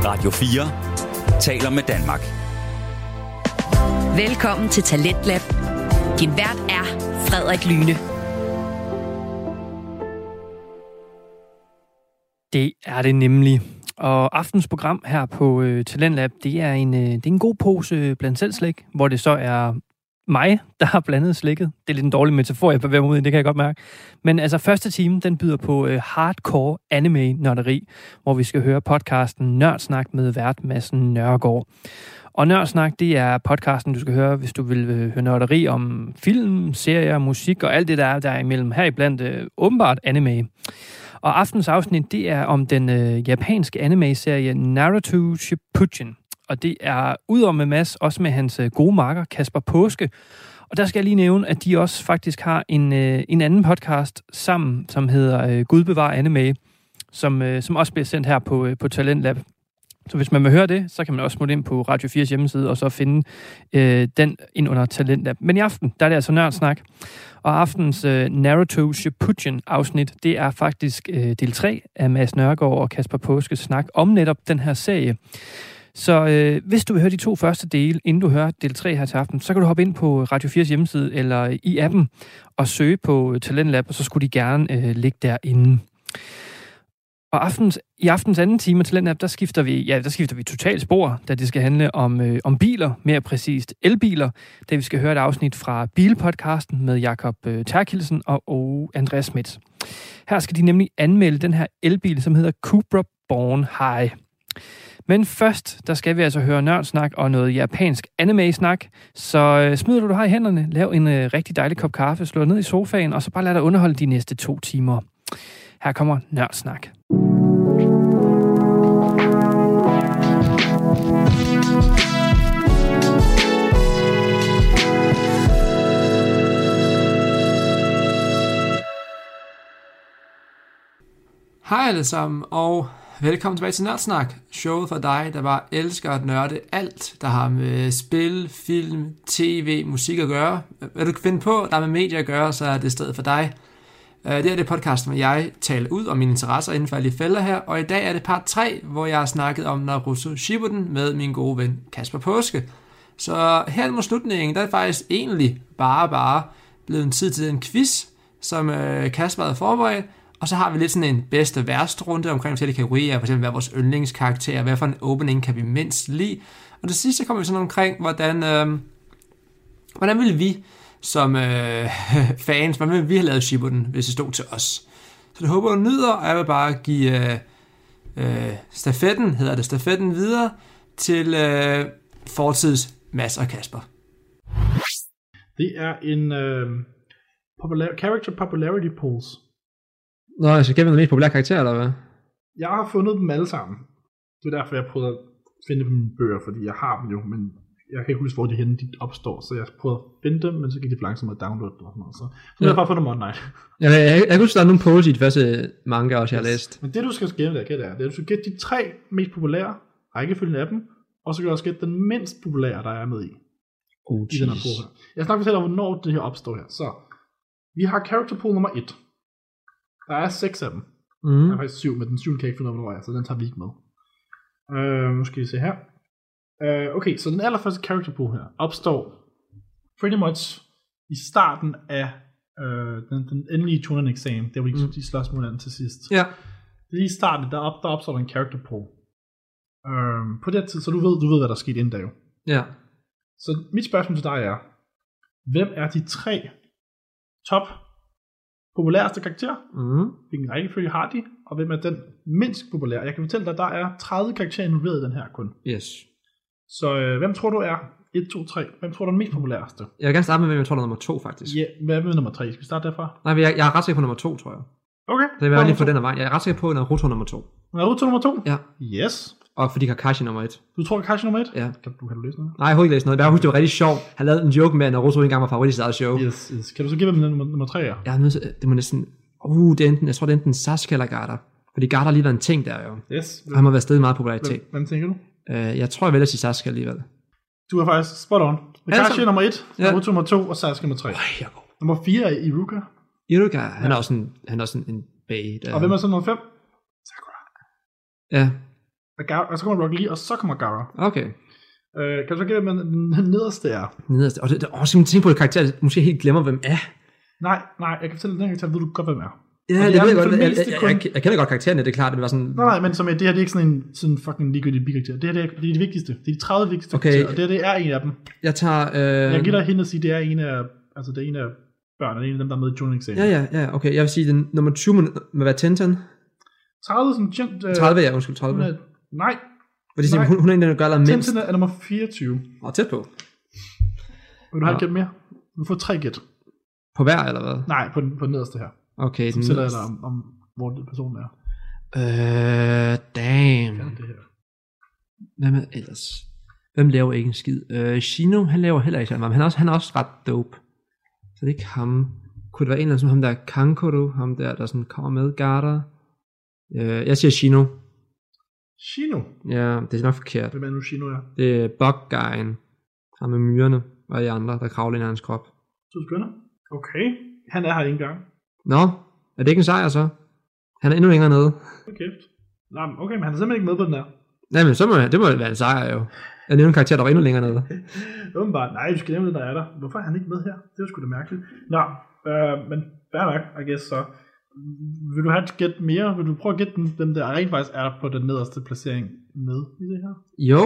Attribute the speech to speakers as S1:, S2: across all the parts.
S1: Radio 4 taler med Danmark.
S2: Velkommen til Talentlab. Din vært er Frederik Lyne.
S3: Det er det nemlig. Og aftens program her på Talentlab, det er en god pose blandt selv slik, hvor det så er mig, der har blandet slikket. Det er lidt en dårlig metafor, jeg bevæger mig ud i, det kan jeg godt mærke. Men altså, første time, den byder på hardcore anime-nørderi, hvor vi skal høre podcasten Nørdsnak med vært Madsen Nørgaard. Og Nørdsnak, det er podcasten, du skal høre, hvis du vil høre nørderi om film, serier, musik og alt det, der er imellem. Heriblandt åbenbart anime. Og aftens afsnit, det er om den japanske anime-serie Naruto Shippuden. Og det er udover med Mads, også med hans gode makker, Kasper Paaske. Og der skal jeg lige nævne, at de også faktisk har en anden podcast sammen, som hedder Gud bevar anime, som også bliver sendt her på Talentlab. Så hvis man vil høre det, så kan man også smutte ind på Radio 4's hjemmeside, og så finde den ind under Talentlab. Men i aften, der er det altså Nørdsnak. Og aftens Naruto Shippuden afsnit, det er faktisk del 3 af Mads Nørgaard og Kasper Paaskes snak om netop den her serie. Så hvis du vil høre de 2 første dele, inden du hører del 3 her til aften, så kan du hoppe ind på Radio 4's hjemmeside eller i appen og søge på Talentlab, og så skulle de gerne ligge derinde. Og i aftens anden time af Talentlab, der skifter vi totalt spor, da det skal handle om biler, mere præcist elbiler, da vi skal høre et afsnit fra Bilpodcasten med Jakob Terkelsen og Andreas Schmidt. Her skal de nemlig anmelde den her elbil, som hedder Cupra Born High. Men først, der skal vi altså høre nørdsnak og noget japansk anime-snak. Så smid du har i hænderne, lav en rigtig dejlig kop kaffe, slå ned i sofaen, og så bare lad dig underholde de næste 2 timer. Her kommer nørdsnak.
S4: Hej alle sammen, og velkommen tilbage til Nørdsnak, showet for dig, der bare elsker at nørde alt, der har med spil, film, tv, musik at gøre. Hvad du kan finde på, der har med medier at gøre, så er det stedet for dig. Det er det podcast, hvor jeg taler ud om mine interesser inden for alle de felter her, og i dag er det part 3, hvor jeg har snakket om Naruto Shippuden med min gode ven Kasper Paaske. Så her mod slutningen, der er det faktisk egentlig bare blevet en tid til en quiz, som Kasper havde forberedt. Og så har vi lidt sådan en bedste og værste runde omkring forskellige kategorier, for eksempel hvad vores yndlingskarakter, hvad for en opening kan vi mindst lide. Og det sidste kommer vi sådan omkring, hvordan ville vi som fans, hvordan ville vi have lavet Shippuden, hvis det stod til os. Så det håber du nyder, og jeg vil bare give stafetten videre til fortids Mads og Kasper.
S5: Det er en character popularity polls.
S4: Nå, jeg skal gemme den mest populære karakter, eller hvad?
S5: Jeg har fundet dem alle sammen. Det er derfor, jeg prøvede at finde dem i mine bøger, fordi jeg har dem jo, men jeg kan ikke huske, hvor de henne de opstår, så jeg prøvede at finde dem, men så gik det for langsomt at downloade dem og sådan noget. Så jeg har bare fundet dem online.
S4: Jeg kan huske, der er nogle polls i de første manga også, jeg har læst.
S5: Men det, du skal gætte der, det er, at du skal gætte de 3 mest populære, rækkefølgen af dem, og så kan du også gætte den mindst populære, der er med i. I den her pool her. Jeg snakker fortælle om, hvornår det her opstår her. Så, vi har character pool nummer 1. Der er 6 af dem. Der er faktisk 7, men den 7 kan jeg ikke finde ud af, hvornår er, så den tager vi ikke med. Nu skal vi se her. Okay, så den allerførste character pool her opstår pretty much i starten af den endelige tunnel eksamen. Der var de slås mod hinanden til sidst.
S4: Ja.
S5: Lige i starten, der opstår der en character pool. På det tid, så du ved, hvad der skete inden da jo.
S4: Ja.
S5: Så mit spørgsmål til dig er, hvem er de 3 top populæreste karakterer? Hvilken rækkefølge har de? Og hvem er den mindst populære? Jeg kan fortælle dig, at der er 30 karakterer involveret i den her kun.
S4: Yes.
S5: Så hvem tror du er 1, 2, 3? Hvem tror du er den mest populæreste?
S4: Jeg vil gerne starte med, hvem jeg tror er nummer 2, faktisk.
S5: Ja, hvad med nummer 3? Skal vi starte derfra?
S4: Nej, jeg er ret sikker på nummer 2, tror jeg.
S5: Okay.
S4: Så jeg vil lige få den af vejen. Jeg er ret sikker på Naruto nummer 2.
S5: Naruto nummer 2?
S4: Ja.
S5: Yes.
S4: Og fordi Kakashi nummer 1.
S5: Du tror Kakashi nummer 1?
S4: Ja.
S5: Kan du læse noget?
S4: Nej, jeg har ikke læst noget. Jeg husker, det var rigtig sjovt. Han lavede en joke med, at Naruto engang var favorit i sit eget show.
S5: Yes. Kan du så give dem nummer 3 her?
S4: Ja, det må næsten... jeg tror det er enten Sasuke eller Gaara. Fordi Gaara har lige været en ting der jo.
S5: Yes.
S4: Han må være stadig meget popularitet.
S5: Hvem tænker du?
S4: Jeg tror, jeg vælger at sige Sasuke alligevel.
S5: Du er faktisk spot on. Kakashi nummer 1, Naruto nummer 2 og Sasuke nummer 3. Nummer 4 er Iruka.
S4: Iruka, han er også en bag.
S5: Og hvem er så nummer 5?
S4: Sakura. Ja.
S5: Og så kommer Rock Lee, og så kommer Gaara.
S4: Okay.
S5: Kan du så gætte, hvad den nederste er?
S4: Nederste. Og det er også tænke på et karakter, jeg måske helt glemmer, hvem er.
S5: Nej, jeg kan fortælle den karakter, ved du godt, hvem er.
S4: Ja, det ved jeg godt. Jeg kender godt karaktererne, det er klart, det var sådan...
S5: Nej, men som det her, det er ikke sådan en fucking ligegyldig bikarakter. Det her, det er de vigtigste. Det er de 30 vigtigste karakterer, og det er en af dem.
S4: Jeg tager...
S5: Jeg giver dig hende at sige, det er en af... Altså, det er en af børnene, det er en af dem, der er med i journal-eksamen.
S4: Ja, okay. Jeg vil sige, den nummer 20 må være Tintin.
S5: 30 som Tint...
S4: 30, ja, undskyld, 30.
S5: Nej.
S4: Fordi hun er en, der gør allermindst.
S5: Tintin er nummer 24.
S4: Tæt på.
S5: Vil du have et gæt mere? Du får 3 gæt.
S4: På hver, eller hvad?
S5: Nej, på den nederste her.
S4: Okay,
S5: som sælger dig om hvor den person er.
S4: Damn. Hvem er ellers? Hvem laver ikke en skid? Shino, han laver heller ikke sådan, men han er også ret dope. Så det er ikke ham. Kunne det være en eller anden som ham der Kankuro, ham der sådan kommer med, Gaara? Jeg siger Shino.
S5: Shino?
S4: Ja, det er nok forkert.
S5: Hvem er nu Shino er?
S4: Det er Bug-guyen. Ham med myrerne og de andre, der kravler ind i hans krop.
S5: Så spændende. Okay, han er her ikke engang.
S4: Nå, er det ikke en sejr så? Han er endnu længere nede.
S5: Okay, men han er simpelthen ikke med på den der.
S4: Nej, men det må være en sejr jo. Jeg nævner en karakter, der var endnu længere nede.
S5: Åbenbart, nej, du skal nævne det, der er der. Hvorfor er han ikke med her? Det er sgu da mærkeligt. Nå, men fair nok, I guess så. Vil du have et gæt mere? Vil du prøve at gætte dem, der rent faktisk er på den nederste placering med i det her?
S4: Jo,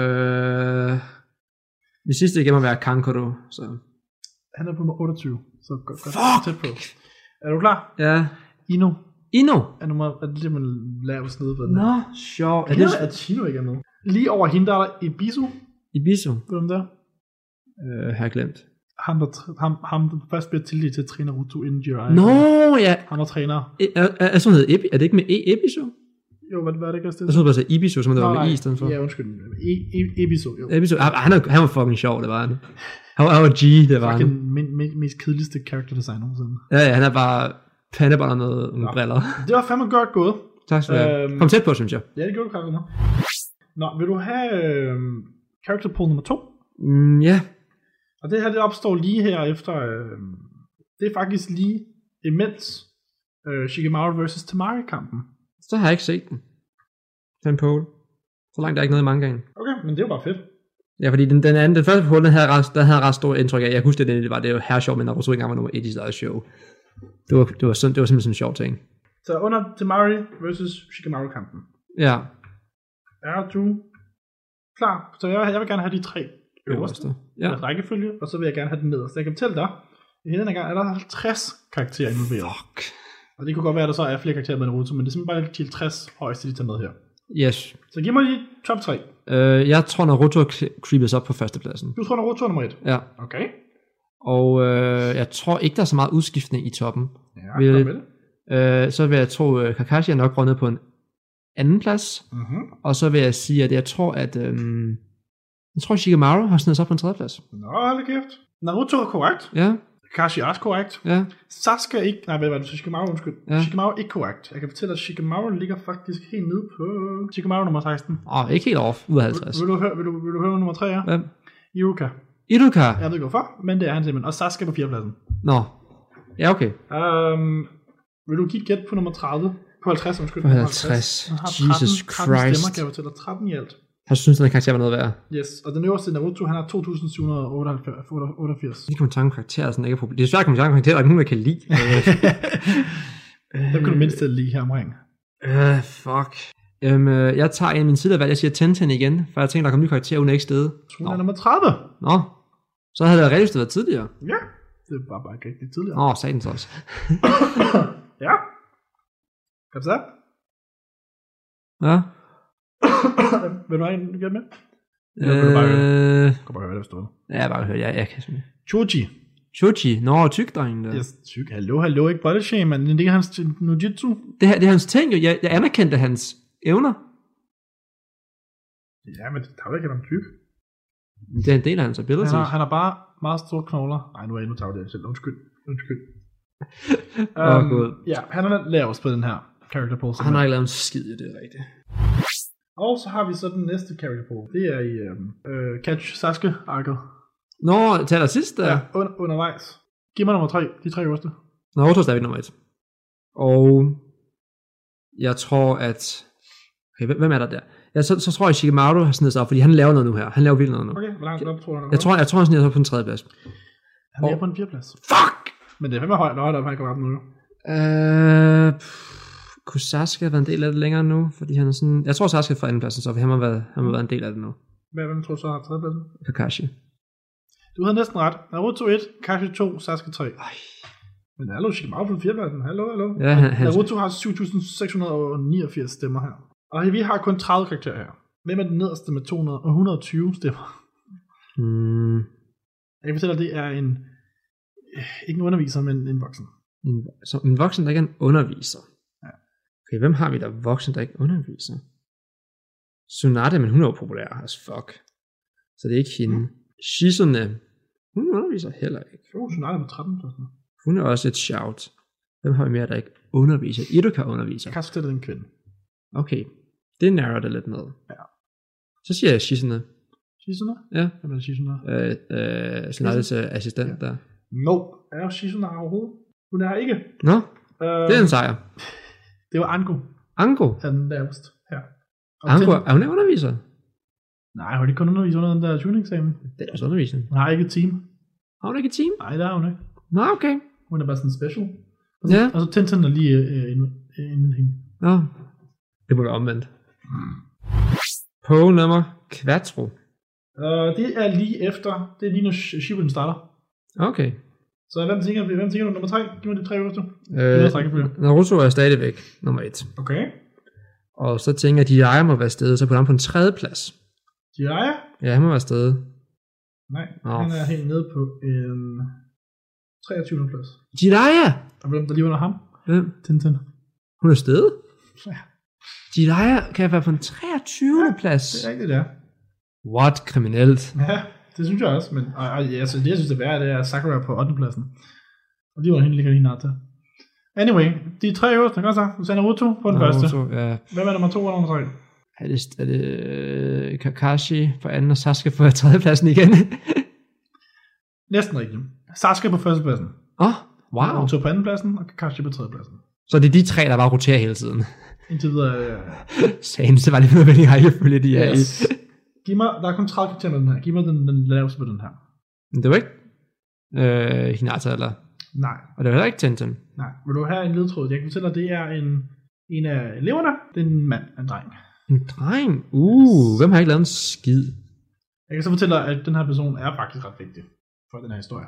S4: det sidste igen må være Kankuro, så...
S5: Han er på nummer 28, så godt tæt på. Er du klar?
S4: Ja.
S5: Ino
S4: Er
S5: det man laver snede på den?
S4: Nå, sjov.
S5: Er det at Chino ikke er med? Lige over hende, der er der Ibisu.
S4: Hvem
S5: der?
S4: Har jeg glemt.
S5: Ham der først bliver tildelt til at træne Naruto inden Jiraiya.
S4: Nå, ja.
S5: Han var træner.
S4: Er det ikke med Ebisu?
S5: Jo, hvad er det ikke også det?
S4: Jeg troede bare, at Ibisu, som det var med I i stedet for.
S5: Ja, undskyld. Ebisu, jo.
S4: Ebisu, han var fucking sjov, det var han. Han var G, det var han.
S5: Fucking mest kedeligste character design nogensinde.
S4: Ja, han er bare pandeboller med nogle briller.
S5: Det var fandme godt gået.
S4: Tak skal du have. Kom tæt på, synes jeg.
S5: Ja, det gjorde du kraftigt nok. Nå, vil du have character pool nummer 2?
S4: Ja.
S5: Og det her, det opstår lige her efter, det er faktisk lige imens Shikamaru vs. Temari-kampen.
S4: Så har jeg ikke set den. Den poll. Så langt er ikke noget i mangaen.
S5: Okay, men det er jo bare fedt.
S4: Ja, fordi den første poll, den havde ret stor indtryk af. Jeg husker det var her sjovt, men Naruto ikke engang var nummer 1 i sit eget show. Det var simpelthen sådan en sjov ting.
S5: Så under Temari vs. Shikamaru-kampen.
S4: Ja.
S5: Er du klar? Så jeg vil gerne have de 3 øverste. Ja. Rækkefølge, og så vil jeg gerne have den nederste. Jeg kan fortælle dig, i denne gang er der 50 karakterer involveret.
S4: Fuck.
S5: Og det kunne godt være, at der så er flere karakterer med Naruto, men det er simpelthen bare de 50 højeste, de tager med her.
S4: Yes.
S5: Så giv mig de top 3.
S4: Jeg tror, Naruto creepes op på førstepladsen.
S5: Du tror, Naruto er nummer 1?
S4: Ja.
S5: Okay.
S4: Og jeg tror ikke, der er så meget udskiftning i toppen.
S5: Ja,
S4: så vil jeg tro, Kakashi er nok rundet på en anden plads.
S5: Mm-hmm.
S4: Og så vil jeg sige, at jeg tror, Shikamaru har snedet sig op på en 3. plads.
S5: Nå, hold kæft. Naruto er korrekt.
S4: Ja.
S5: Kakashi er også korrekt.
S4: Ja.
S5: Sasuke er ikke... Nej, hvad var det? Shikamaru, undskyld.
S4: Ja.
S5: Shikamaru er ikke korrekt. Jeg kan fortælle, at Shikamaru ligger faktisk helt nede på... Shikamaru nummer 16.
S4: Ikke helt off. Ud af 50.
S5: Vil du høre nummer 3, ja?
S4: Hvem?
S5: Iruka.
S4: Jeg ved
S5: ikke hvorfor, men det er han simpelthen. Og Sasuke på 4. pladsen.
S4: Nå. Ja, okay.
S5: Vil du give et gæt på nummer 30? På 50, undskyld.
S4: På 50. Jesus Christ.
S5: 13 stemmer, kan jeg fortælle dig. 13 i alt.
S4: Jeg synes, den karakter var noget værd.
S5: Yes, og den øverste Naruto, han har 2788.
S4: Det kan man tanke karakterer, sådan ikke er problem. Det er svært at komme tanke karakterer, der er ikke nogen, der kan lide.
S5: Dem kan du mindst lige her omkring.
S4: Fuck. Jeg tager en af mine tidligere valg, jeg siger Tintin igen, for jeg tænker, der kommer nye karakterer uden ikke sted.
S5: Hun er nummer 30.
S4: Nå, så havde det rigtig været tidligere.
S5: Ja, det var bare ikke rigtig tidligere.
S4: Nå, satans også.
S5: Ja. Kan du sige?
S4: Ja.
S5: Vil du have en igen med? Eller vil du bare høre? Jeg kan bare høre det, hvis du vil.
S4: Ja, jeg bare høre. Jeg kan
S5: Choji.
S4: Choji? Nå, tykdrengen der.
S5: Yes, tyk. Hallo, ikke body shame, men det er hans nujitsu.
S4: Det er hans ting jo. Jeg anerkendte hans evner.
S5: Ja, men det tager ikke om tyk.
S4: Det er en del af hans abilities.
S5: Han har bare meget store knogler. Ej, nu er jeg endnu taget det selv. Undskyld. Ja, han er lavest på den her character pool.
S4: Han har ikke lavet en skid, det er rigtigt.
S5: Og så har vi så den næste character pool. Det er i Catch Sasuke-arket.
S4: Nå, til allersidst der?
S5: Ja, undervejs. Giv mig nummer 3, de 3 øverste.
S4: Naruto er stadig nummer 1. Og jeg tror, at... Okay, hvem er der der? Ja, så tror jeg, Shikamaru har snedet sig op, fordi han laver noget nu her. Han laver vildt noget nu.
S5: Okay, hvor langt op tror du?
S4: Jeg tror, han snedet sig op på den 3. plads.
S5: Han er på en 4. plads.
S4: Fuck!
S5: Men det er fandme højt op, han kommer op nu jo.
S4: Kunne Sasuke have været en del af det længere nu? Fordi han er sådan... Jeg tror, Sasuke fra 2. pladsen, så han har været en del af det nu.
S5: Hvem tror du så har 3. pladsen?
S4: Kakashi.
S5: Du havde næsten ret. Naruto 1, Kakashi 2, Sasuke 3. Men hallo, Shikamaru på 4. pladsen. Hallo.
S4: Ja,
S5: Naruto har 7.689 stemmer her. Og vi har kun 30 karakterer her. Hvem er den nederste med 120 stemmer? Jeg kan fortælle, at det er ikke en underviser, men en voksen.
S4: Så en voksen, der ikke er en underviser.
S5: Ja.
S4: Okay, hvem har vi der voksen, der ikke underviser? Tsunade, men hun er jo populær as fuck. Så det er ikke hende. Shizune, hun underviser heller ikke.
S5: Jo, Tsunade på 13 pladsen.
S4: Hun er også et shout. Hvem har vi mere, der ikke underviser? Iruka underviser.
S5: Jeg kan fortælle, det er en kvinde.
S4: Okay, det narrower det lidt ned.
S5: Ja.
S4: Så siger jeg Shizune.
S5: Shizune?
S4: Ja.
S5: Hvem er det Shizune?
S4: Tsunades assistent der.
S5: Nope. Er Shizune overhovedet? Hun er her ikke.
S4: Nå, det er en sejr.
S5: Det var Ango.
S4: Ango?
S5: Er den lavest her.
S4: Ango, er hun ikke underviser?
S5: Nej, hun er ikke kun underviser under den der tuning-eksamen.
S4: Det er også undervisning.
S5: Hun har ikke et team.
S4: Har hun ikke et team?
S5: Nej, det har hun ikke.
S4: Nå, okay.
S5: Hun er bare sådan special.
S4: Ja.
S5: Og så Tenten er lige inden hende.
S4: Nå, det må være omvendt. På nummer Quattro.
S5: Det er lige efter. Det er lige når Shippuden starter.
S4: Okay.
S5: Så hvem tænker du nummer 3? Giv mig de 3 øverste.
S4: Naruto er stadigvæk nummer 1.
S5: Okay.
S4: Og så tænker jeg, at Jiraiya må være stedet, så på ham på en 3. plads.
S5: Jiraiya?
S4: Ja, han må være stedet.
S5: Nej, han er helt nede på en 23. plads.
S4: Jiraiya!
S5: Og hvem der lige under ham?
S4: Hvem?
S5: Tenten.
S4: Hun er stedet?
S5: Ja.
S4: Jiraiya kan være på en 23. plads.
S5: Det er rigtigt, det er.
S4: What? Kriminelt.
S5: Ja, det synes jeg også. Men altså, det jeg synes, det er værd, det er Sakura på 8. pladsen. Og de var hende ligger lige nær til. Anyway, de 3 øverste, godt så. Du sagde Naruto på den første.
S4: Ja.
S5: Hvem er nummer 2 og nummer 3?
S4: Er det Kakashi på 2. og Sasuke på 3. pladsen igen?
S5: Næsten rigtigt. Sasuke på 1. pladsen.
S4: Wow.
S5: Naruto på 2. pladsen, og Kakashi på 3. pladsen.
S4: Så det er de 3, der bare roterer hele tiden.
S5: Indtil videre...
S4: Sagen, det var lidt nødvendigt rækkefølge, de er i.
S5: Giv mig, der er kun 30 karakterer med den her. Giv mig den laveste på den her.
S4: Men det var ikke Hinata, eller?
S5: Nej.
S4: Og det var heller ikke Tenten.
S5: Nej. Vil du have en ledtråd? Jeg kan fortælle dig, det er en af eleverne. Det er en mand, en dreng.
S4: En dreng? Hvem har ikke lavet en skid?
S5: Jeg kan så fortælle dig, at den her person er faktisk ret vigtig for den her historie.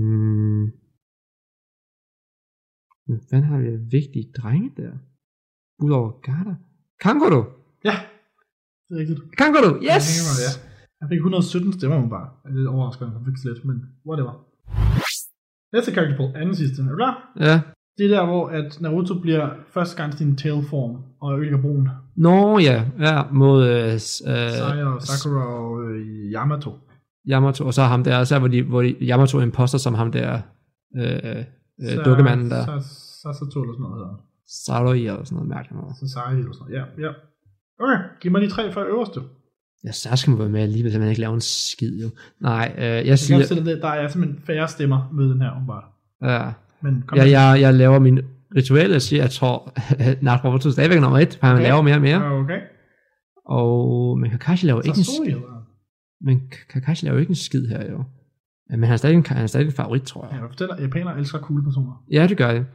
S4: Hvad har vi af vigtige drenge der? Udover Gata? Kankuro!
S5: Ja, det er rigtigt.
S4: Kankuro, yes!
S5: Ja. Han fik 117 stemmer hun bare. Jeg er lidt overrasket, han fik slet, men whatever. Næste karakter på anden sidste. Er du klar?
S4: Ja.
S5: Det er der, hvor at Naruto bliver første gang sin tailform og ødelægger broen.
S4: Nå ja, mod
S5: Saya og Sakura og Yamato.
S4: Yamato, og så ham der, så hvor Yamato imposter som ham der dukkemanden der.
S5: Sasato eller sådan noget hedder.
S4: Saroi eller sådan noget mærkeligt noget.
S5: Sasai eller sådan noget, ja. Okay, giv mig de 3 for øverste.
S4: Ja, Sasuke må være med alligevel, så man ikke laver en skid jo. Nej, jeg siger...
S5: Der er simpelthen færre stemmer med den her, åbenbart.
S4: Ja.
S5: Men
S4: jeg laver min ritual, jeg siger, jeg tror, Naruto stadigvæk nummer 1, for han laver mere og mere.
S5: Okay.
S4: Og, men Kakashi laver ikke en skid. Men Kakashi laver ikke en skid her, jo. Men han er stadig en favorit, tror jeg.
S5: Ja, jeg fortæller, japanere elsker cool personer.
S4: Ja, det gør det.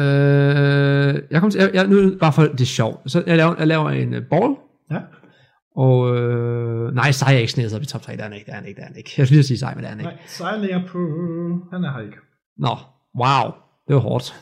S4: Nu bare for det er sjovt. Så jeg laver en ball.
S5: Ja.
S4: Og nej, Sai er ikke snedet sig op i top 3. Det er han ikke. Jeg skulle lige sige Sai, men det er han ikke.
S5: Nej, Sai ligger på... Han er her ikke.
S4: Nå, wow. Det var hårdt.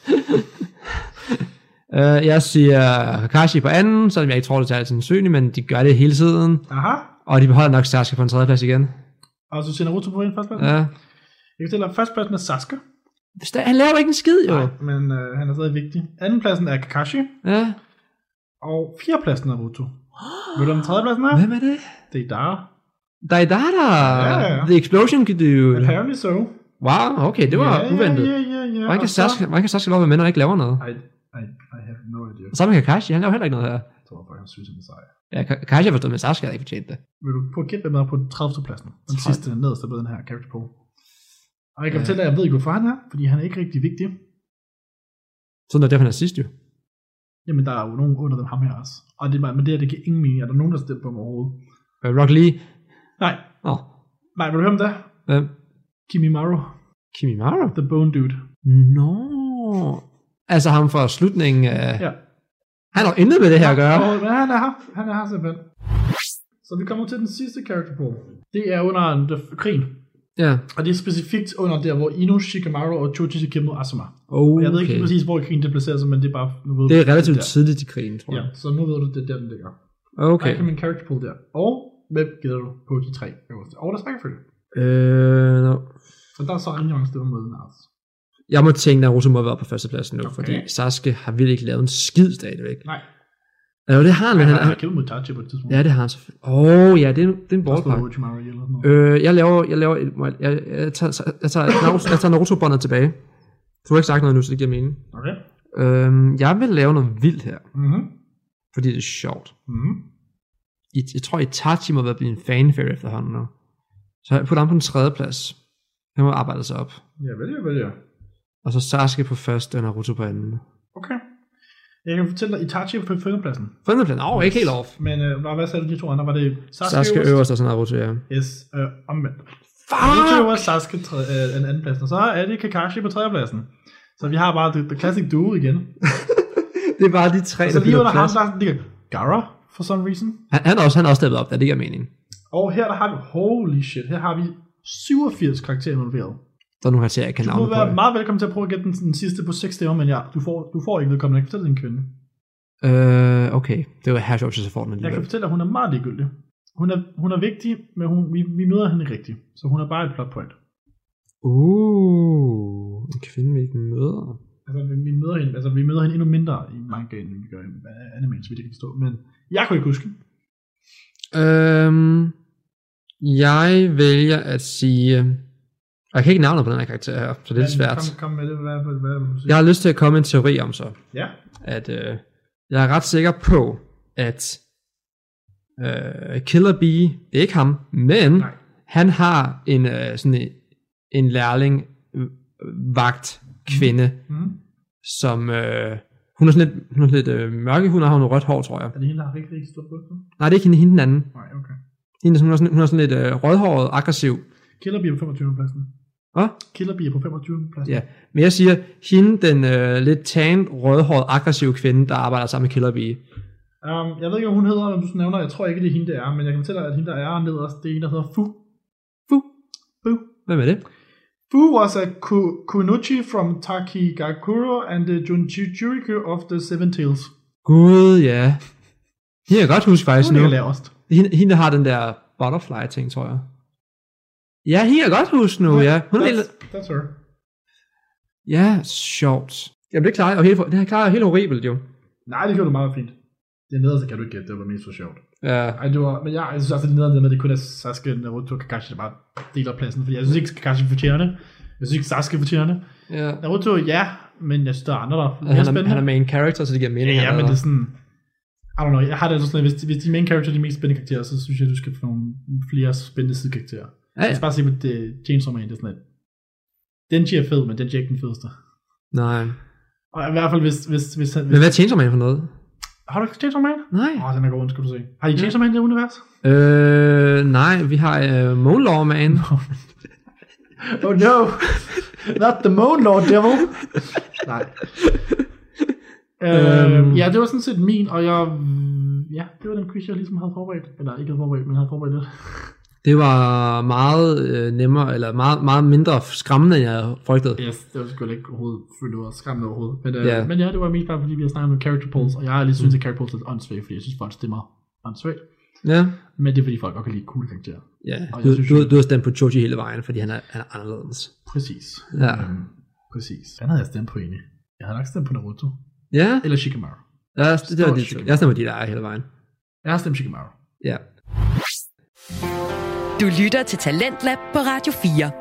S4: Jeg siger Kakashi på 2, selvom jeg ikke tror, det er sandsynligt, men de gør det hele tiden.
S5: Aha.
S4: Og de beholder nok Sasuke på en 3. plads igen.
S5: Og så siger Naruto på en 1. plads?
S4: Ja.
S5: Jeg fortæller, 1. pladsen er Sasuke.
S4: Han laver ikke en skid, jo.
S5: Nej, men han er stadig vigtig. 2. pladsen er Kakashi.
S4: Ja.
S5: Og 4. pladsen er Naruto. Ved du, den 3. pladsen er?
S4: Hvem er det?
S5: Det er Dara.
S4: Daidara!
S5: Ja.
S4: The Explosion Dude.
S5: Apparently so.
S4: Wow, okay, det var uventet.
S5: Ja.
S4: Hvordan kan Sasuke lov at være med, når han ikke laver noget?
S5: I have no idea.
S4: Og så med Kakashi, han laver heller ikke noget her.
S5: Jeg tror faktisk, han synes, han er sej.
S4: Ja, Kakashi har forstået, men Sasuke har ikke fortjent det.
S5: Vil du prøve at gætte, hvem der er på den 30. pladsen? Den sidste nederste på den her character på. Og jeg kan fortælle dig, at jeg ved ikke, hvorfor han er, fordi han er ikke rigtig vigtig.
S4: Sådan er derfor, han er sidst jo.
S5: Jamen, der er jo nogen under dem ham her også. Og men det giver ingen mening. Er der nogen, der stemmer på mig overhovedet?
S4: Rock Lee?
S5: Nej. Nej, vil du høre om det?
S4: Hvem?
S5: Kimimaro? The Bone Dude.
S4: Nå. Altså ham fra slutningen af...
S5: Ja.
S4: Han har intet med det her at gøre.
S5: Men han er her simpelthen. Så vi kommer til den sidste character pool. Det er under krigen.
S4: Ja.
S5: Og det er specifikt under der, hvor Ino Shikamaru og Choji Shikemo Asuma.
S4: Okay.
S5: Jeg ved ikke præcis, hvor i krigen det placerer sig, men det er bare... Nu ved
S4: det er relativt tidligt i krigen, tror jeg.
S5: Ja, så nu ved du, det er der, den ligger.
S4: Okay.
S5: Der kan min character pool der. Og hvem gider du på de 3 øverste? Og der er rækkefølge.
S4: No.
S5: Så der er så rimelig mange stemmer med den her.
S4: Jeg må tænke, Naruto må være på førstepladsen nu, fordi Sasuke har virkelig ikke lavet en skid stadigvæk.
S5: Nej.
S4: Altså, det har han, men
S5: han har kæmpet mod Itachi på et tidspunkt.
S4: Ja, det har han selvfølgelig. Ja, det er en ballpark. Jeg tager Naruto-båndet tilbage. Du har ikke sagt noget nu, så det giver mening.
S5: Okay.
S4: Jeg vil lave noget vildt her.
S5: Mm-hmm.
S4: Fordi det er sjovt.
S5: Mm-hmm.
S4: Jeg tror, Itachi må være blevet en fanfare efterhånden nu. Så jeg putter ham på den 3. plads. Han må arbejde sig op.
S5: Ja, vælger.
S4: Og så Sasuke på første, og Naruto på anden.
S5: Okay. Jeg kan fortælle dig, Itachi på 5. pladsen.
S4: 5. pladsen? Ikke helt off.
S5: Men hvad sagde du de 2 andre? Var det
S4: Sasuke øverst og så Naruto, ja.
S5: Yes, omvendt. Naruto øverst, Sasuke en anden pladsen. Og så er det Kakashi på 3. pladsen. Så vi har bare the classic duo igen.
S4: Det er bare de 3,
S5: der lige under ham, der ligger Gaara, for some reason.
S4: Han er også steppet op, det giver mening.
S5: Og her der har vi, holy shit, her har vi 87 karakterer involveret.
S4: Der er nogle karakterer, jeg kan navne på.
S5: Du må være meget velkommen til at prøve at gætte den sidste på 6 stemmer, men ja, du får ikke vedkommende. Jeg kan fortælle din kvinde.
S4: Okay, det var her sjovt, så får den alligevel.
S5: Jeg kan fortælle, at hun er meget ligegyldig. Hun er vigtig, men vi møder hende ikke rigtigt. Så hun er bare et plot point.
S4: En kvinde, vi ikke møder.
S5: Altså, vi møder hende endnu mindre i mangaen, end vi gør i anime, så vidt jeg kan forstå. Men jeg kunne ikke huske.
S4: Jeg vælger at sige... Jeg kan ikke navne på den her karakter her, så det er svært.
S5: Kom med det. Hvad
S4: jeg har lyst til at komme en teori om så.
S5: Ja.
S4: At jeg er ret sikker på, at Killer Bee, det er ikke ham, men han har en lærling vagt kvinde, som hun er sådan lidt mørke, hun har noget rødt hår, tror jeg.
S5: Er det hende, der har rigtig stort bryst?
S4: Nej, det er ikke hende den anden.
S5: Nej, okay.
S4: Hun er sådan lidt rødhåret, aggressiv.
S5: Killer Bee på 25. pladsen.
S4: Hvad?
S5: Killer Bee på 25. pladsen.
S4: Ja, men jeg siger, hende, den lidt tanned, rødhåret, aggressive kvinde, der arbejder sammen med Killer Bee.
S5: Jeg ved ikke, hvad hun hedder, når du nævner. Jeg tror ikke, det er hende, der er, men jeg kan fortælle dig, at hende, der er nederst, det er en, der hedder Fu. Hvem
S4: er det?
S5: Fu was a Kunoichi from Takigakuro and the Junjuriku of the Seven Tails.
S4: Gud, ja. Hende jeg godt huske faktisk nu. Hende, der har den der butterfly-ting, tror jeg. Ja, hende jeg godt huske nu, ja.
S5: That's her.
S4: Ja, sjovt. Jamen, det klarer jeg helt horribelt, jo.
S5: Nej, det gjorde du meget fint. Det nederste kan du ikke gætte, det var mest for sjovt.
S4: Ja.
S5: Men jeg synes også, at det nederste med, det kun er Sasuke, Naruto og Kakashi, der bare deler pladsen, fordi jeg synes ikke, Kakashi fortjener det. Jeg synes ikke, Sasuke fortjener det.
S4: Ja.
S5: Naruto, ja, men jeg synes, der er andre, der
S4: er han er main character, så det giver mening.
S5: Ja, men det er sådan... I don't know, jeg har det altså sådan, hvis de main character er de mest spændende karakterer, så synes jeg, du skal få nogle flere spændende sidekarakterer. Ja. Jeg skal bare se på Chainsaw Man, det er sådan lidt... Denji er fed, men Denji er ikke den fedeste.
S4: Nej.
S5: Og i hvert fald, hvis
S4: men hvad er Chainsaw Man for noget?
S5: Har du ikke Chainsaw Man?
S4: Nej.
S5: Den er god, skal du se. Har I Chainsaw Man i det univers?
S4: Nej, vi har Moon Law Man.
S5: Oh no, not the Moon Law Devil. Nej. Ja, det var sådan set min, og det var den quiz, jeg ligesom havde forberedt. Eller ikke havde forberedt, men havde forberedt lidt.
S4: Det var meget nemmere, eller meget mindre skræmmende, end jeg havde frygtet.
S5: Yes, det var selvfølgelig ikke overhovedet følt ud af skræmmende overhovedet. Men ja, det var mest bare, fordi vi har snakket om character polls, og jeg har lige synes, at character polls er lidt åndssvagt, fordi jeg synes, folk stemmer åndssvagt.
S4: Ja.
S5: Men det er, fordi folk godt kan lide cool karakterer.
S4: Ja, du har stemt på Choji hele vejen, fordi han er anderledes.
S5: Præcis.
S4: Ja.
S5: Præcis. Hvad havde jeg stemt på egentlig? Jeg havde nok stemt på Naruto.
S4: Ja.
S5: Eller Shikamaru.
S4: Ja, det var dit. Jeg stemmer de der hele vejen.
S5: Jeg har stemt Shikamaru.
S4: Ja.
S2: Du lytter til Talentlab på Radio 4.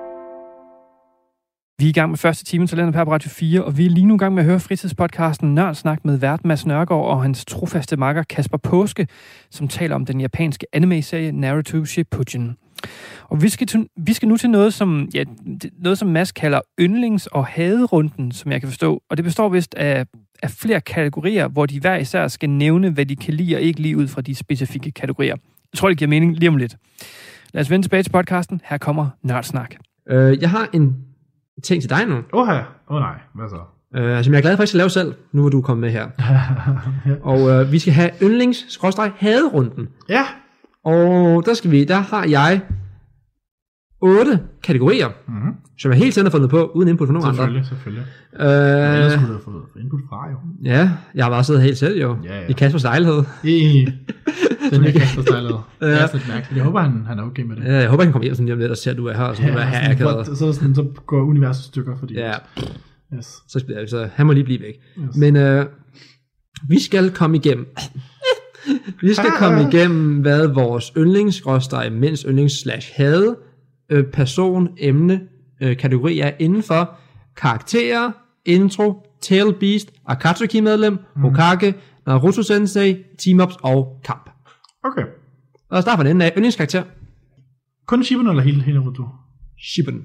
S3: Vi er i gang med første time Talentlab her på Radio 4, og vi er lige nu i gang med at høre fritidspodcasten Nørdsnak med vært Mads Nørgaard og hans trofaste makker Kasper Påske, som taler om den japanske anime-serie Naruto Shippuden. Og vi skal nu til noget, som Mads kalder yndlings- og haderunden, som jeg kan forstå. Og det består vist af af flere kategorier, hvor de hver især skal nævne, hvad de kan lide og ikke lide ud fra de specifikke kategorier. Jeg tror, det giver mening lige om lidt. Lad os vende tilbage til podcasten. Her kommer Nørdsnak.
S6: Jeg har en ting til dig nu.
S5: Nej, hvad så?
S6: Som jeg er glad for, at jeg skal lave selv, nu hvor du er kommet med her. Og vi skal have yndlings-haderunden.
S5: Ja.
S6: Og der har jeg 8 kategorier, som jeg helt selv har fundet på, uden input fra nogen andre.
S5: Selvfølgelig. Ellers skulle du have fået input fra, jo.
S6: Ja, jeg har bare siddet helt selv, jo. Ja. I Kaspers lejlighed.
S5: Den er Kaspers lejlighed. Det er lidt mærkeligt. Jeg håber, han er okay med det.
S6: Ja, jeg håber, han kommer hjem sådan lige om lidt og ser, at du er her, og sådan,
S5: så går universet stykker, fordi...
S6: Ja.
S5: Yes.
S6: Så han må lige blive væk. Yes. Men vi skal komme igennem... Vi skal komme igennem, hvad vores mænds yndlings/hade, person, emne, kategori er inden for karakterer, intro, Tail Beast, Akatsuki-medlem, Hokage, Naruto Sensei, team-ups og kamp.
S5: Okay.
S6: Og lad os starte fra den ende af. Yndlingskarakter?
S5: Kun Shippuden eller hele Naruto?
S6: Shippuden.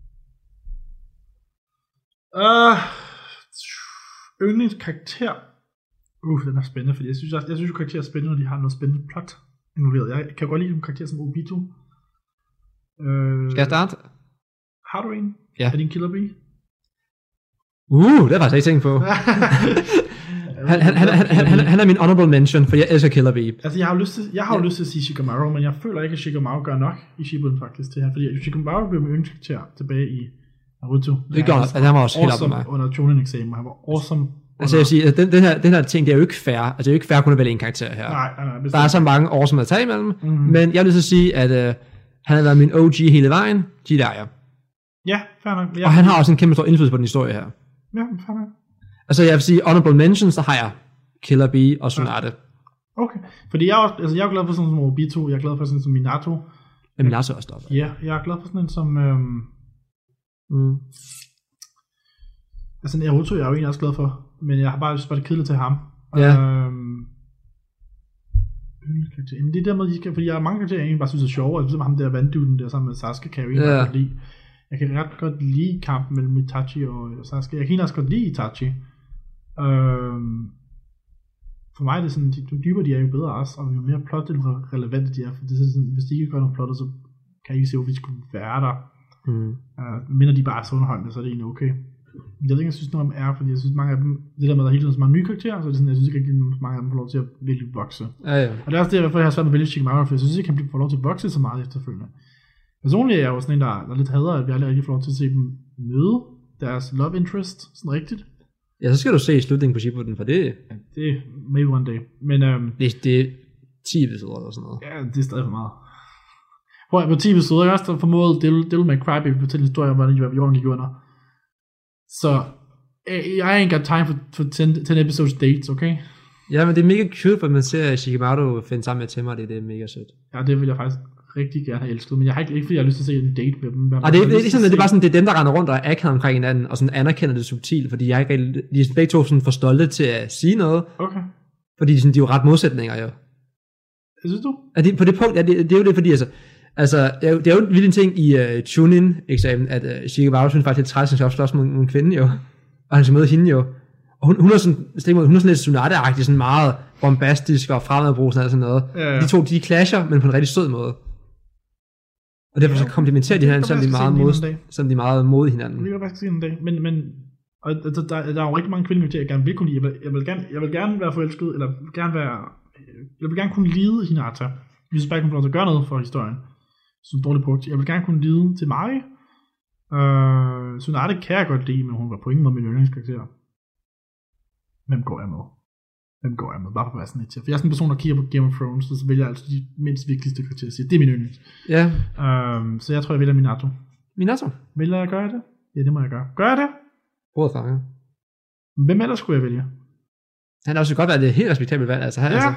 S5: Yndlingskarakter? Den er spændende, fordi jeg synes jo karakterer er spændende, når de har noget spændende plot involveret. Jeg kan godt lide nogle karakterer som Obito.
S6: Skal jeg starte?
S5: Har du en?
S6: Ja.
S5: Er det en Killer Bee?
S6: Det har jeg faktisk ikke tænkt på. han er min honorable mention, for jeg elsker Killer Bee.
S5: Altså, jeg har jo lyst til at sige Shikamaru, men jeg føler ikke, at Shikamaru gør nok i Shippuden faktisk til her, fordi Shikamaru blev med yndlingskarakter tilbage i Naruto.
S6: Det gør han var også helt op med mig.
S5: Under Chunin-eksamen, han var awesome.
S6: Altså jeg vil sige, at den her ting, det er jo ikke fair. Altså det er jo ikke fair at kunne vælge en karakter her.
S5: Nej,
S6: der er så mange år, som er taget imellem. Men jeg vil så sige, at han har været min OG hele vejen. Jiraiya.
S5: Ja, fair nok.
S6: Og han har også en kæmpe stor indflydelse på den historie her.
S5: Ja, fair nok.
S6: Altså jeg vil sige, honorable mentions, der har jeg Killer Bee og Tsunade. Ja.
S5: Okay, fordi jeg er glad for sådan som Obito, jeg er glad for sådan som Minato.
S6: Ja, Minato er også der.
S5: Ja, jeg er glad for sådan en som... Altså Naruto jeg er jo egentlig også glad for, men jeg har bare lyst til det kedeligt til ham.
S6: Ja.
S5: Det er der med, fordi jeg har mange karakterer, jeg egentlig bare synes er sjove, altså ham der vandduden der sammen med Sasuke, kan jeg jo egentlig godt lide. Jeg kan ret godt lide kampen mellem Itachi og Sasuke. Jeg kan egentlig også godt lide Itachi. For mig er det sådan, jo dybere de er, jo bedre også, og jo mere plot relevante de er, for det er sådan, hvis de ikke gør noget plot, så kan jeg ikke se, hvorfor de skulle være der. Mindre de bare er så underholdende, så er det egentlig okay. Jeg ved ikke, jeg synes noget om er, fordi jeg synes mange af dem, det der med, at der hele tiden så mange nye karakterer, så er det sådan, jeg synes ikke rigtig, at mange af dem får lov til at virkelig vokse.
S6: Ja.
S5: Og det er også derfor, jeg har svært at vælge Shikamaru, for jeg synes ikke, han får lov til at vokse så meget efterfølgende. Personligt er jeg jo sådan en, der lidt hader, at vi aldrig rigtig får lov til at se dem møde deres love interest, sådan rigtigt.
S6: Ja, så skal du se slutningen på Shippuden, for det...
S5: Ja, det er maybe one day. Men
S6: det er 10 episoder eller sådan noget.
S5: Ja, det er stadig for meget. Prøv at på 10 episoder, jeg også formået Devil May Cry Baby fortælle en historie om, hvordan jorden gik under. Så I ain't got time for 10 episodes dates, okay?
S6: Ja, men det er mega cute, for man ser Shikamaru finde sammen med Temma, det er mega sødt.
S5: Ja, det vil jeg faktisk rigtig gerne have elsket, men jeg har ikke fordi jeg har lyst til at se en date med dem.
S6: Det er bare sådan, det er dem, der render rundt og er akavet omkring hinanden, og sådan anerkender det subtilt, fordi de er begge to sådan for stolte til at sige noget.
S5: Okay.
S6: Fordi de er jo ret modsætninger, jo.
S5: Synes du?
S6: På det punkt, det er jo det, fordi altså, det er jo vildt en ting i Chunin-eksamen, at Shikamaru synes faktisk, det er træt, at han skal opslås mod en kvinde, jo. Og han skal møde hende, jo. Og hun er sådan lidt Tsunade-agtig, sådan meget bombastisk og fremadbrusende og sådan noget. Ja. De to, de clasher, men på en rigtig sød måde. Og derfor så komplementerer de hinanden, selvom de er meget mod hinanden.
S5: Det kan jeg faktisk sige en dag. Men og der er jo rigtig mange kvindelige, jeg gerne vil kunne lide. Jeg vil gerne være forelsket, eller jeg vil gerne kunne lide Hinata. Jeg synes bare ikke, hun får lov til at gøre noget for historien. Som dårligt brugt. Jeg vil gerne kunne lide til mig. Tsunade kan jeg godt lide, men hun var på ingen måde min yndlingskarakter. Hvem går jeg med? Bare for at være sådan lidt til. For jeg er sådan en person, der kigger på Game of Thrones, så vælger jeg altså de mindst vigtigste karakterer. Det er min yndlings.
S6: Ja.
S5: Så jeg tror, jeg vælger Minato.
S6: Minato?
S5: Vil jeg gøre det? Ja, det må jeg gøre. Gør jeg det?
S6: Både fanger.
S5: Hvem ellers skulle jeg vælge?
S6: Han har også godt været et helt respektabelt valg. Altså, altså,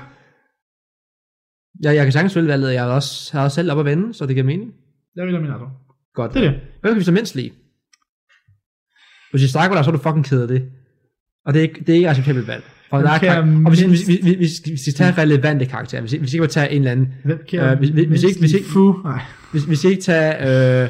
S6: jeg kan sagtens vælge valget, jeg har også selv op at vende, så det giver mening. Jeg vælger Minato. Godt. Det er det. Hvad kan vi så mindst lide? Hvis I strækker dig, så er du fucking ked af det. Og det er ikke acceptabelt valg. Og vi skal tage relevante karakterer. Vi skal ikke tage en eller anden. Vi skal ikke tage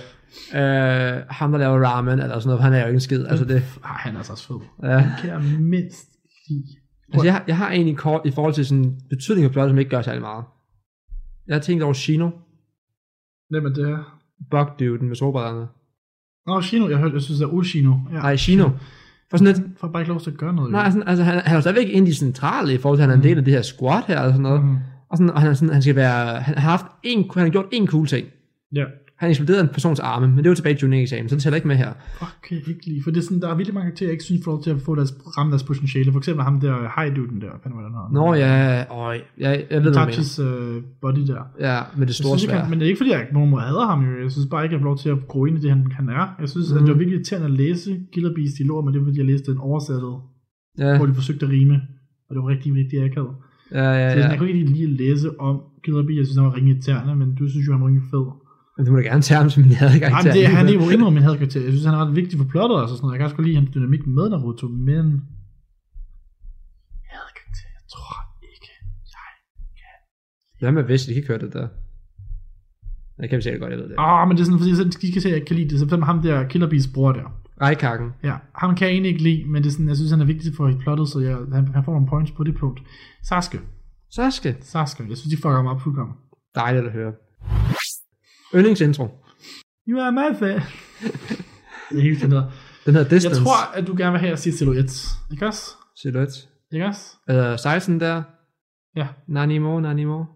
S6: ham, der laver ramen, eller sådan noget, han er jo ikke en skid. Altså det.
S5: Han er så også fed. Ja. Han kan mindst lide.
S6: Altså, jeg har egentlig kort i forhold til sådan betydning af plottet, som ikke gør særlig meget. Jeg har tænkt over Shino.
S5: Hvem er det her?
S6: Bug-duden med solbrædderne.
S5: Nå, Shino. Jeg synes, det er Ushino. Ja.
S6: Nej, Shino. For sådan lidt...
S5: For bare ikke lov til at gøre noget.
S6: Nej, sådan, altså, han er jo stadigvæk en af de centrale i forhold til, at han er en del af det her squad her, og sådan noget. Og han skal være... Han har gjort en cool ting.
S5: Ja.
S6: Han eksploderede en persons arme, men det var tilbage i junior-eksamen, så det tæller ikke med her.
S5: Okay, ikke lige. For det er sådan, der er virkelig mange karakterer, jeg ikke synes får lov til at få ramme deres potentiale. For eksempel ham der high-duden der.
S6: Nå ja, jeg ved
S5: Touches body der.
S6: Ja, med det store svær.
S5: Men det er ikke fordi, jeg på nogen måde hader ham jo. Jeg synes bare ikke, at jeg får lov til at gro ind i det, han er. Jeg synes, at det var virkelig irriterende at læse Killer Bees dialoger, men det var fordi, jeg læste den oversættet, hvor de forsøgte at rime. Og det var rigtig akavet.
S6: Ja.
S5: Så jeg kunne ikke lige læse om Killer Bees. Jeg synes, han var rigtig irriterende, men du synes jo, han var rigtig fed.
S6: Men du må da gerne tage ham som min hadekarakter.
S5: Nej, det er han ikke endnu min hadekarakter. Jeg synes, han er ret vigtig for plottet og sådan noget. Jeg kan også godt lide hans dynamik med Naruto, men... Hadekarakter, jeg tror ikke, jeg kan...
S6: Hvad med hvis de kan køre det der? Jeg kan sikkert godt, jeg ved det.
S5: Men det er sådan, fordi de kan se, at jeg ikke kan lide det. Så for ham der Killer Bees bror der.
S6: Reikakken.
S5: Ja, ham kan jeg egentlig ikke lide, men det er sådan, jeg synes, han er vigtig for plottet, så han får nogle points på det punkt. Sasuke. Jeg synes, de fucker ham op fuldkommen.
S6: Dejligt at høre. Yndlingsintro.
S5: You are my fan. Det er helt fint.
S6: Den hedder Distance.
S5: Jeg tror, at du gerne vil have at sige Silhouette. Ikke også?
S6: Silhouette.
S5: Ikke også?
S6: 16 der.
S5: Ja.
S6: Nanimo.
S5: Ja. Nanimo.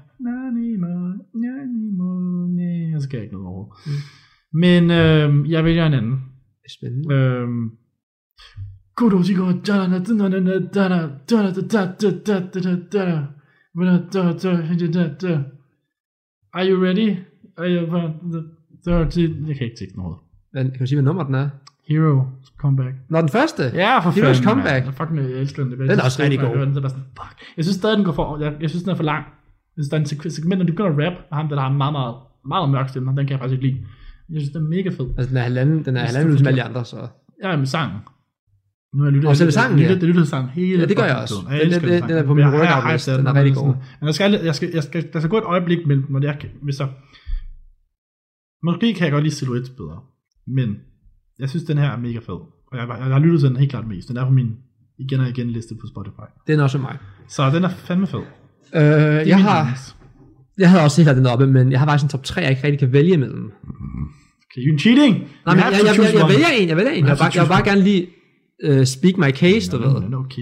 S5: Jeg skal ikke noget over. Men jeg vælger en anden.
S6: Spændende.
S5: Are you ready? Jeg kan ikke tænke noget.
S6: Kan du sige, hvad nummer den er?
S5: Hero's Comeback.
S6: Nå, den første?
S5: Ja, for
S6: Hero's Comeback.
S5: Jeg elsker den.
S6: Den er også rigtig god.
S5: Den er bare sådan, fuck. Jeg synes stadig, den går for... Jeg synes, den er for lang. Jeg synes, der er en segment, når du begynder at rap, og ham der har en meget mørk stemme, den kan jeg faktisk ikke lide. Jeg synes, den er mega fed.
S6: Altså, den er halvanden som alle de andre, så...
S5: Ja, med sangen. Nu har jeg lyttet...
S6: Og selv sangen, ja.
S5: Det lyttede sangen hele...
S6: Ja, det gør jeg også. Den er på min workout-liste. Den er rigtig god.
S5: Men der skal gå et øjeblik mellem, når det er... Hvis så... Måske kan jeg godt lide Silhouette bedre. Men jeg synes, den her er mega fed. Og jeg har lyttet til den helt klart mest. Den er på min igen og igen liste på Spotify.
S6: Den er også mig.
S5: Så den er fandme fed.
S6: Jeg havde også helt den oppe, men jeg har faktisk en top 3, jeg ikke rigtig kan vælge imellem.
S5: Okay, you're cheating.
S6: Nej, men jeg vælger en. Jeg vil bare gerne lige speak my case, du ved.
S5: Okay,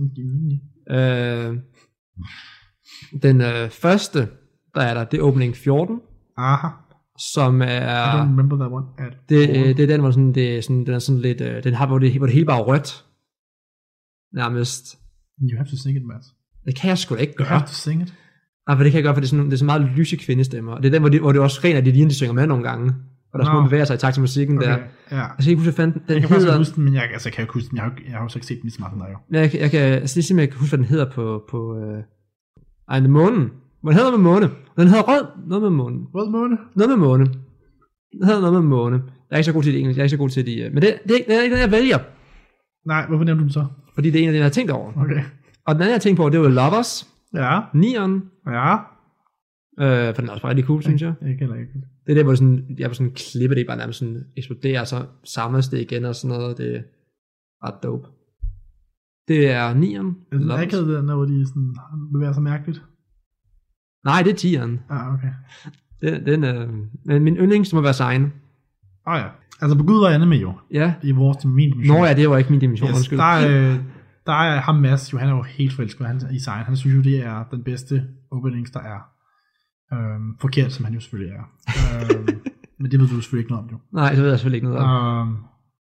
S6: den første, der er der, det er opening 14.
S5: Aha.
S6: Som er...
S5: I don't remember that one.
S6: Det er den, hvor sådan, den er sådan lidt... Den har, hvor det hele bare er rødt. Nærmest.
S5: You have to sing it, Mads.
S6: Det kan jeg sgu da ikke gøre.
S5: You have to sing it.
S6: Nej, for det kan jeg gøre, for det er så meget lyse kvindestemmer. Og det er den, hvor det også rent af de linjer, de synger med nogle gange. Og der er små bevæger sig i takt til musikken der.
S5: Ja.
S6: Jeg skal ikke huske, hvad den
S5: jeg kan
S6: hedder.
S5: Huske den, men jeg kan ikke huske den. Jeg har jo så ikke set den i smarten der jo.
S6: Jeg kan simpelthen ikke huske, hvad den hedder på månen. Hvad hedder med måne? Den hedder rød. Noget med måne.
S5: Rød måne?
S6: Noget med måne. Den hedder noget med måne. Jeg er ikke så god til det engelsk. Jeg er ikke så god til det. Men det er ikke den, jeg vælger.
S5: Nej, hvorfor nævnte du den så?
S6: Fordi det er en af dem, jeg har tænkt over.
S5: Okay.
S6: Og den anden, jeg har tænkt på, det var Lovers.
S5: Ja.
S6: Neon.
S5: Ja.
S6: For den er også rigtig cool, synes jeg.
S5: Jeg kender ikke.
S6: Det er der, hvor sådan, jeg var sådan klippet, det bare nærmest sådan eksploderer, så samles det igen og sådan noget. Det er ret dope. Det er Neon.
S5: Jeg har ikke havde den, hvor de sådan bevæger sig mærkeligt.
S6: Nej, det er 10'eren.
S5: Okay.
S6: Men min yndlings må være Sign.
S5: Ja. Altså på Gud var anime jo.
S6: Ja.
S5: I min dimension.
S6: Nå ja, det var ikke min dimension,
S5: yes,
S6: undskyld.
S5: Der er ham Mads, jo han er jo helt forelsket i Sign. Han synes jo, det er den bedste openings, der er. Forkert, som han jo selvfølgelig er. Men det ved du selvfølgelig ikke noget om, jo.
S6: Nej, det ved jeg selvfølgelig ikke noget om.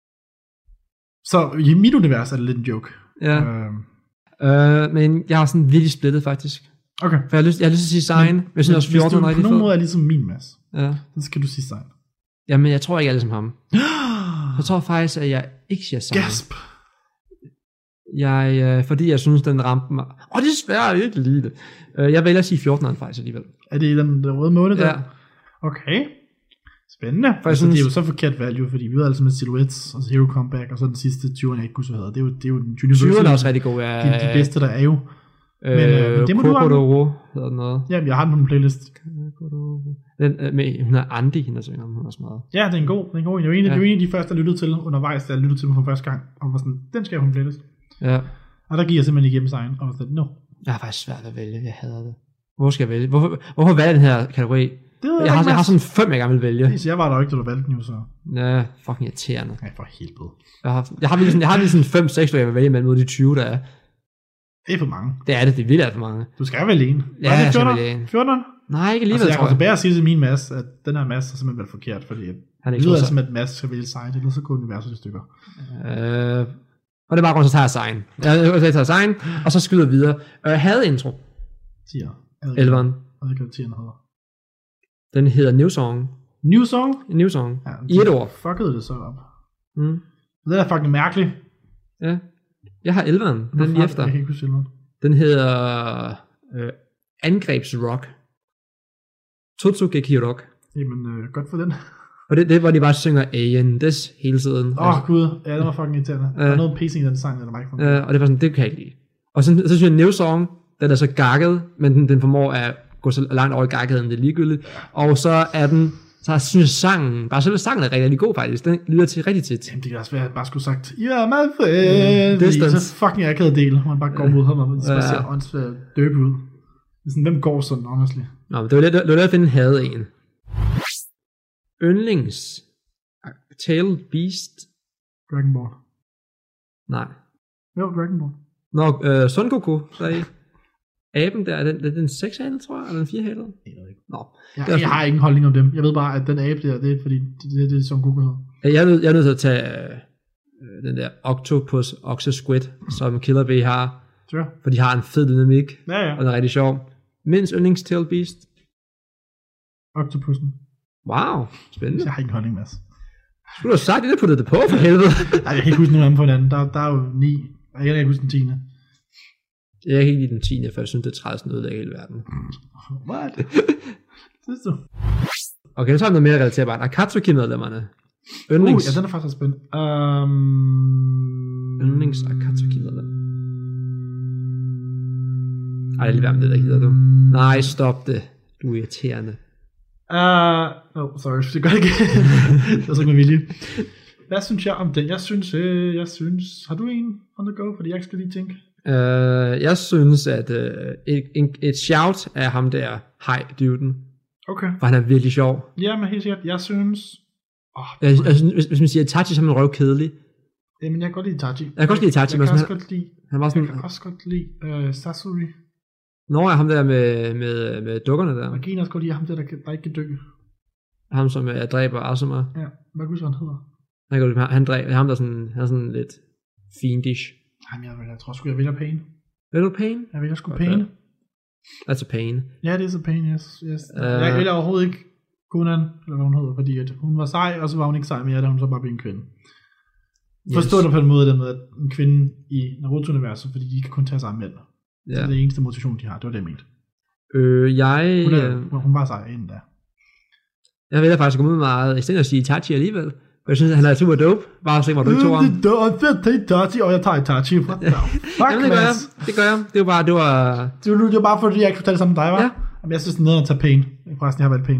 S5: Så i mit univers er det lidt en joke.
S6: Ja. Men jeg har sådan virkelig splittet, faktisk.
S5: Okay.
S6: For jeg har lyst til at sige Sign, men jeg synes også 14 er rigtig
S5: på nogen måde er ligesom min Mads,
S6: ja.
S5: Så skal du sige Sign.
S6: Jamen, jeg tror ikke, jeg er ligesom ham. Jeg tror faktisk, at jeg ikke siger Sign.
S5: Gasp!
S6: Fordi jeg synes, den ramte mig. Det er svært at ikke lide det. Jeg vælger at sige 14'eren faktisk alligevel.
S5: Er det den røde måned der?
S6: Ja.
S5: Okay. Spændende. For altså, det er jo så forkert value, fordi vi ved altså med Silhouettes, og Hero Comeback, og så den sidste 20'erne, jeg ikke kunne så hedder. Det er jo den Universal.
S6: 20'erne er også rigtig god.
S5: De bedste, der er jo. Men det må
S6: Kokodoro hedder noget.
S5: Jamen, jeg har den på min playlist.
S6: Hun er Andi, hende der synger om, hun er også meget.
S5: Ja, det er en god. Det er jo en af de første, jeg lyttede til undervejs, da jeg lyttede til dem for første gang. Og var sådan, den skal jeg på min playlist.
S6: Ja.
S5: Og der giver jeg simpelthen igennem sig og sådan, no.
S6: Jeg har faktisk svært at vælge. Jeg hader det. Hvor skal jeg vælge? Hvorfor valgte den her kategori? Jeg har sådan 5, jeg gerne vil vælge.
S5: Så jeg var der jo ikke, da du valgte den jo så.
S6: Ja, fucking irriterende.
S5: Nej, for helvede.
S6: Jeg har lige sådan 5-6, jeg vil vælge imellem ud af de 20, der er.
S5: Det er for mange.
S6: Det er det vildt alt for mange.
S5: Du skal vælge en.
S6: Ja, jeg skal vælge en.
S5: 14?
S6: Nej, ikke alligevel,
S5: altså, jeg
S6: tror
S5: kommer tilbage og sige til min Mads, at den her Mads er simpelthen været forkert, fordi det lyder som, at Mads skal vælge sig. Det lyder så godt universet i stykker.
S6: Og det er bare grund, så tager jeg sign. Jeg tager sign, og så skyder videre. Havde intro.
S5: 10'er.
S6: 11'eren.
S5: Og det kan 10'eren hedder.
S6: Den hedder New Song.
S5: New Song?
S6: New Song.
S5: Ja,
S6: I et ord.
S5: Fuckede det så op. Det er fucking mærkeligt.
S6: Ja. Jeg har 11'eren. Den lige efter.
S5: Jeg kan ikke huske 11'eren.
S6: Den hedder Angrebsrock. Totsugeki Rock.
S5: Jamen, godt for den.
S6: Og det hvor de bare synger Aeon-des hele tiden.
S5: Gud. Ja, det var fucking irriterende. Der er noget pacing i den sang, der mig ikke.
S6: Og det var sådan, det kan jeg ikke lide. Og så synes jeg, New Song, den er så gakket, men den formår at gå så langt over i gakkeheden, det er ligegyldigt. Og så er den, så synes jeg sangen, bare selve sangen er rigtig god faktisk. Den lyder til rigtig tit.
S5: Jamen, det kan også være, at jeg bare skulle sagt, yeah, my friend. Så fucking akavet del, hvor man bare går mod ham, og så ser åndsvært døbe ud. Det er sådan, hvem går sådan, honestly?
S6: Nå, men det var lidt at finde havde en. Yndlings Tail Beast
S5: Dragon Ball.
S6: Nej.
S5: Jo, Dragon Ball.
S6: Nå, Son Goku, så i aben der, er den 6-halede, tror jeg, eller den 4-halede?
S5: Jeg ved ikke.
S6: Nå.
S5: Jeg har ingen holdning om dem. Jeg ved bare, at den abe der, det er fordi, det er Son Goku hedder.
S6: Jeg er nødt til at tage den der Octopus Oxe Squid, som Killer Bee har.
S5: Sure.
S6: For de har en fed dynamik,
S5: ja.
S6: Og den er rigtig sjov. Mindst yndlings Tail Beast?
S5: Octopussen.
S6: Wow, spændende.
S5: Jeg har ikke holdning, Mads.
S6: Skulle du have sagt, at det puttede det på, for helvede?
S5: Nej, jeg kan ikke huske nogen af dem for hinanden. Der er jo 9. Jeg kan ikke huske den 10.
S6: Jeg kan ikke lide den 10, for jeg synes, det er træls noget af hele verden.
S5: What? Synes du?
S6: Okay, så har vi noget mere relaterbart. Akatsuki-medlemmerne. Yndlings.
S5: Ja, den er faktisk spændende.
S6: Yndlings Akatsuki-medlemmer. Ej, jeg lige være med det, der gider du. Nej, stop det. Du er irriterende.
S5: Sorry, det gør det ikke. Det er så ikke med vilje. Hvad synes jeg om den? Jeg synes... Har du en on the go? Fordi jeg ikke skal lige tænke.
S6: Jeg synes, at et shout af ham der, Hej-dyvden.
S5: Okay.
S6: For han er virkelig sjov.
S5: Ja, men helt sikkert. Jeg synes...
S6: jeg synes, hvis man siger, at Itachi er røv kedelig.
S5: Jamen, jeg kan godt lide Itachi.
S6: Jeg kan også lide Itachi.
S5: Jeg kan også godt lide...
S6: Jeg
S5: kan også godt lide Sasori.
S6: Når er ham der med dukkerne der.
S5: Og Gina også godt lide ham der ikke kan dø.
S6: Ham som dræber Asuma.
S5: Ja, hvad kan du han hedder?
S6: Han dræber ham der sådan, han er sådan lidt fiendish.
S5: Jamen, jeg tror sgu jeg vælger Pain.
S6: Vil du Pain?
S5: Jeg vælger sgu Pain.
S6: That's a pain.
S5: Ja, det er så Pain, yes. Jeg vælger overhovedet ikke Kunan, eller hvad hun hedder, fordi at hun var sej, og så var hun ikke sej mere, da hun så bare blev en kvinde. Forstå det på en måde, det med at en kvinde i Naruto-universet, fordi de kan kun tage sig af mænd. Ja. Det er det eneste motivation, de har. Det var det, jeg mente. Hun var sej inden da. Jeg
S6: vælger faktisk at gå ud meget, i stedet at sige Itachi alligevel. Og jeg synes, han er super dope. Bare se, hvor du ikke tog ham.
S5: Itachi, og jeg tager Itachi. What the fuck,
S6: jamen, det gør jeg. Det var
S5: bare fordi, jeg ikke kunne tage det sammen med dig, var?
S6: Ja.
S5: Jamen, jeg synes, det er noget at tage Pain. Forresten, jeg har valgt Pain.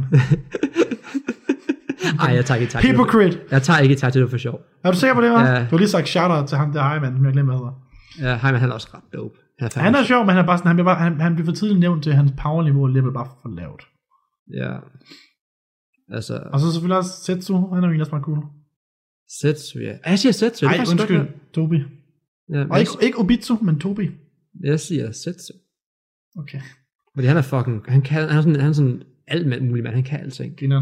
S6: Ej, jeg tager ikke Itachi.
S5: Hypocrite.
S6: Jeg tager ikke Itachi, det var for sjov.
S5: Er du sikker på det, hva'? Ja. Du har lige sagt shout-out til ham der Heimann, som jeg glemmer, hvad hedder.
S6: Ja, Heimann, han er også ret dope.
S5: Han er sjov, men han er bare sådan, han bliver for tidligt nævnt til, hans power-niveau og level bare for lavt.
S6: Ja. Altså...
S5: Og så selvfølgelig også Setsu, han er jo også meget cool.
S6: Setsu, ja. Jeg siger Setsu.
S5: Nej, undskyld, Tobi. Ja, og ikke Obitsu, men Tobi.
S6: Jeg siger Setsu.
S5: Okay.
S6: Fordi han er fucking, han er sådan alt muligt, man, han kan alting.
S5: Gina.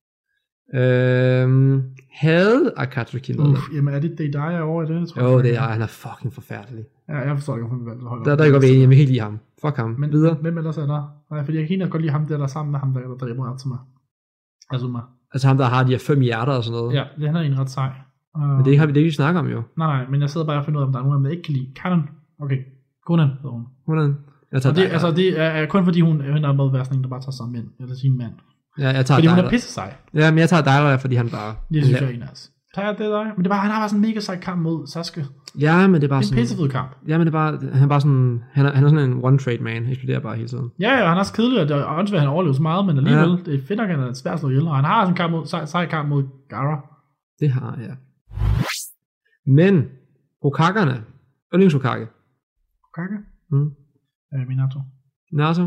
S6: Havde Akatsuki med det?
S5: Jamen er det dig er over i det, tror jeg?
S6: Jo, det er han er fucking forfærdelig.
S5: Ja, jeg forstår ikke, hvorfor han valgte.
S6: Der går vi enige, jeg vil helt lide ham. Fuck ham.
S5: Men
S6: videre.
S5: Hvem ellers er der? Nej, fordi jeg kan helt godt lide ham der sammen med ham, der dræber Azuma.
S6: Altså ham, der har de her 5 hjerter og sådan noget.
S5: Ja, det han er en ret sej.
S6: Men det har vi ikke snakket om jo.
S5: Nej, men jeg sidder bare og finder ud af, om der er nogen, der ikke kan lide. Kanon. Okay, Conan hedder hun.
S6: Conan. Jeg tager
S5: det er kun fordi hun er medværsning, der bare tager sig mænd, eller sin mand.
S6: Ja, jeg tager
S5: fordi hun er pisse sej.
S6: Ja, men jeg tager dig, fordi han bare...
S5: Det synes jeg er en af os. Tager det dig? Men det er bare, han har bare sådan en mega sej kamp mod Sasuke.
S6: Ja, men det er bare
S5: sådan... Det er en pissefed kamp.
S6: Ja, men det er bare... Han er bare sådan... Han er sådan en one-trade man. Han eksploderer bare hele tiden.
S5: Ja, han er også kedelig, og det er åndssvagt, han overlever så meget, men alligevel, det er fedt, at han er svært at slå ihjel, og han har sådan en sej kamp mod Gaara.
S6: Det har jeg. Men, Hokagerne, yndlings Hokage.
S5: Hokage? Minato.
S6: Naruto?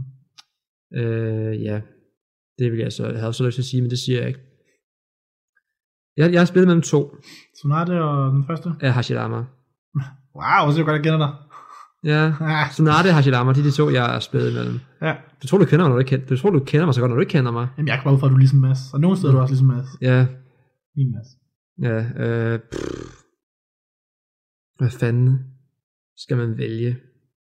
S6: Ja. Det vil jeg så, jeg havde så lyst til at sige, men det siger jeg ikke. Jeg har spillet mellem 2.
S5: Tsunade og den første?
S6: Ja, Hashirama.
S5: Wow, så er det godt, jeg kender dig.
S6: Ja, Tsunade og Hashirama, de 2, jeg har spillet imellem.
S5: Ja.
S6: Du tror, du kender mig, når du ikke kender. Du tror, du kender mig så godt, når du ikke kender mig.
S5: Jamen, jeg kan bare ud fra, at du er ligesom Mads. Og nogle steder er du også ligesom Mads.
S6: Ja.
S5: Min Mads.
S6: Ja, hvad fanden skal man vælge?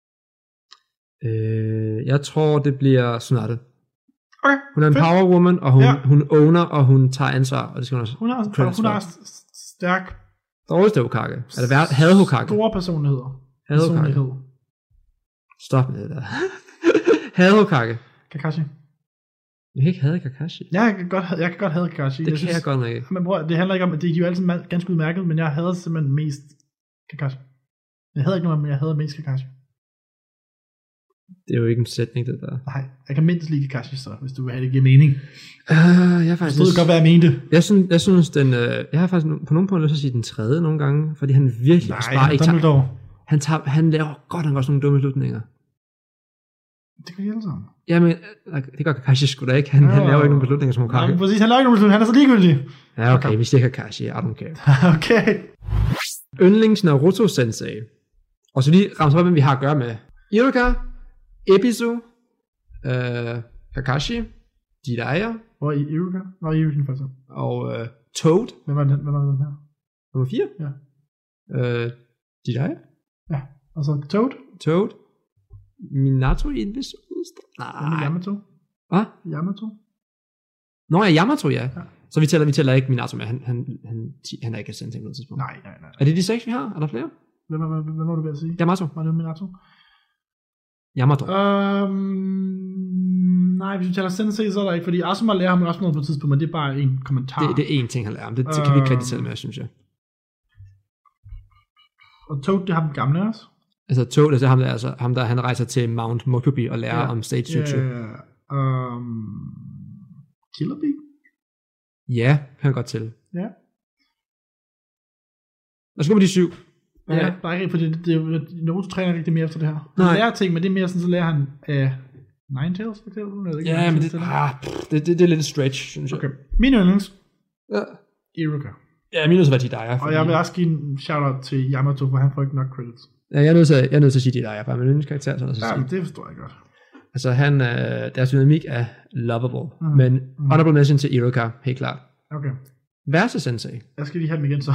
S6: Jeg tror, det bliver Tsunade.
S5: Okay,
S6: hun er en power woman, og hun owner, og hun tager ansvar, og det skal hun også.
S5: Hun er stærk.
S6: Dårligste Hokage. Havde Hokage.
S5: Store personligheder.
S6: Havde Stop med det der. Havde Hokage.
S5: Kakashi.
S6: Jeg kan ikke have Kakashi.
S5: Jeg kan godt have Kakashi.
S6: Det kan jeg godt nok ikke.
S5: Men bror, det handler ikke om, at de er jo altid ganske udmærket, men jeg havde simpelthen mest Kakashi. Jeg havde ikke noget, men jeg havde mest Kakashi.
S6: Det er jo ikke en sætning, det der.
S5: Nej, jeg kan mindst lide Kakashi så, hvis du vil have det giver mening.
S6: Jeg faktisk
S5: forstod godt, hvad jeg mente.
S6: Jeg synes den, jeg har faktisk på nogle punkter lyst til at sige den tredje nogle gange, fordi han virkelig bare ikke tager, han laver godt nok også nogle dumme beslutninger.
S5: Det kan hjælpe sammen.
S6: Jamen, det gør Kakashi sgu da ikke. Han laver ikke nogen beslutninger som Hokage.
S5: Nej, præcis, han laver ikke nogen beslutninger, han er så ligegyldig.
S6: Ja, okay, vi siger Kakashi, I don't care.
S5: Okay.
S6: Yndlings Naruto Sensei. Og så lige rammer op, hvem vi har at gøre med. Iruka, Ebisu, Kakashi, Jiraiya.
S5: Hvor er Iruka? Hvor er Iruka først?
S6: Og Toad.
S5: Hvem var den her?
S6: Nummer 4?
S5: Ja.
S6: Jiraiya?
S5: Ja, og så Toad.
S6: Minato i en vis udstand.
S5: Nej. Yamato.
S6: Hvad?
S5: Yamato.
S6: Nå ja, Yamato, ja. Så vi tæller ikke Minato med. Han er ikke sensei på noget tidspunkt.
S5: Nej.
S6: Er det de 6, vi har? Er der flere?
S5: Hvem var du ved at sige?
S6: Yamato.
S5: Var det Minato?
S6: Yamato.
S5: Nej, hvis vi taler sensei, så er der ikke, fordi Asuma lærer ham også noget på et tidspunkt, men det er bare en kommentar.
S6: Det er én ting, han lærer ham. Det kan vi ikke rigtig tælle med, synes jeg.
S5: Og Toad, det har den gamle også?
S6: Altså Toad, det er ham der han rejser til Mount Mokubi og lærer om stage jutsu.
S5: Killer Bee?
S6: Ja, kan godt tælle.
S5: Ja.
S6: Lad os gå med de 7.
S5: Ja, der er ikke, fordi Naruto træner rigtig mere efter det her. Han lærer ting, men det er mere sådan, så lærer han Ninetales, for eksempel.
S6: Ja, men det er lidt stretch, synes jeg.
S5: Okay. Min yndlings.
S6: Ja.
S5: Iruka.
S6: Ja, min yndlings var Jiraiya.
S5: Og jeg vil også give en shout-out til Yamato, for han får ikke nok credits.
S6: Ja, jeg er nødt til at sige Jiraiya, for min yndlingskarakter.
S5: Ja, det forstår jeg godt.
S6: Altså, deres dynamik er lovable, men honorable mention til Iruka, helt klart.
S5: Okay.
S6: Versus Sensei.
S5: Jeg skal lige have dem igen så.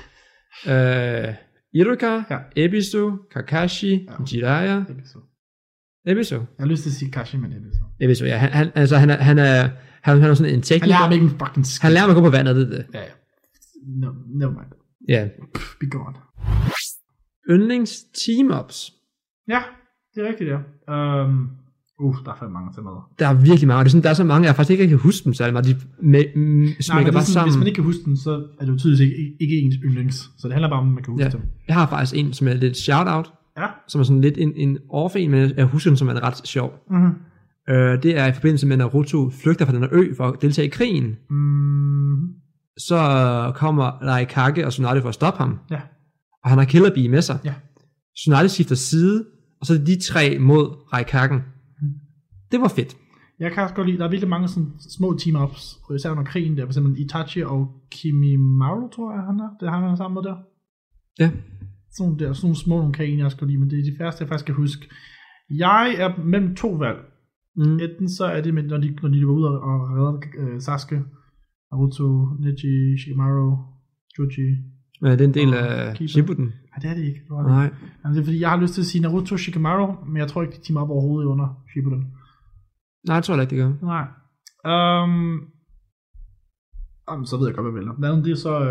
S6: Iruka, Ebisu, Kakashi, Jiraiya. Ebisu. Jeg
S5: har lyst til at sige Kakashi, men Ebisu.
S6: Ebisu, ja. Han er sådan en tekniker.
S5: Han lærer mig ikke en fucking skidt.
S6: Han lærer mig at gå på vandet, det er det.
S5: Ja. No, never mind.
S6: Ja.
S5: Be gone.
S6: Yndlings team-ups.
S5: Ja, det er rigtigt, ja. Der er fandme mange til med.
S6: Der er virkelig mange. Der er så mange, jeg faktisk ikke kan huske dem særlig meget. De smækker bare sammen.
S5: Hvis man ikke kan huske dem, så er det jo tydeligvis ikke ens yndlings. Så det handler bare om, at man kan huske dem.
S6: Jeg har faktisk en, som er lidt shout-out.
S5: Ja.
S6: Som er sådan lidt en off en, men jeg husker den, som er ret sjov.
S5: Mm-hmm.
S6: Det er i forbindelse med, at Naruto flygter fra den her ø for at deltage i krigen.
S5: Mm-hmm.
S6: Så kommer Raikage og Tsunade for at stoppe ham.
S5: Ja.
S6: Og han har Killer Bee med sig.
S5: Ja.
S6: Tsunade skifter side, og så er de 3 mod Raikagen. Det var fedt. Jeg
S5: kan også godt lide, der er virkelig mange sådan små team-ups, især under krigen der, for eksempel Itachi og Kimimaro, tror jeg, han er. Det har han sammen med der.
S6: Ja.
S5: Sådan nogle små nogle kan jeg egentlig også godt lide, men det er de færreste, jeg faktisk kan huske. Jeg er mellem 2 valg. Enten så er det, når de var ude og redder Sasuke, Naruto, Neji, Shikamaru, Joji.
S6: Ja, det er en del af Shippuden.
S5: Nej, det er det ikke.
S6: Nej.
S5: Jamen, det er fordi, jeg har lyst til at sige Naruto, Shikamaru, men jeg tror ikke, de teamer op overhovedet under Shippuden.
S6: Nej, jeg tror ikke, det gør.
S5: Nej. Så ved jeg godt, hvad jeg vælger. Det er så...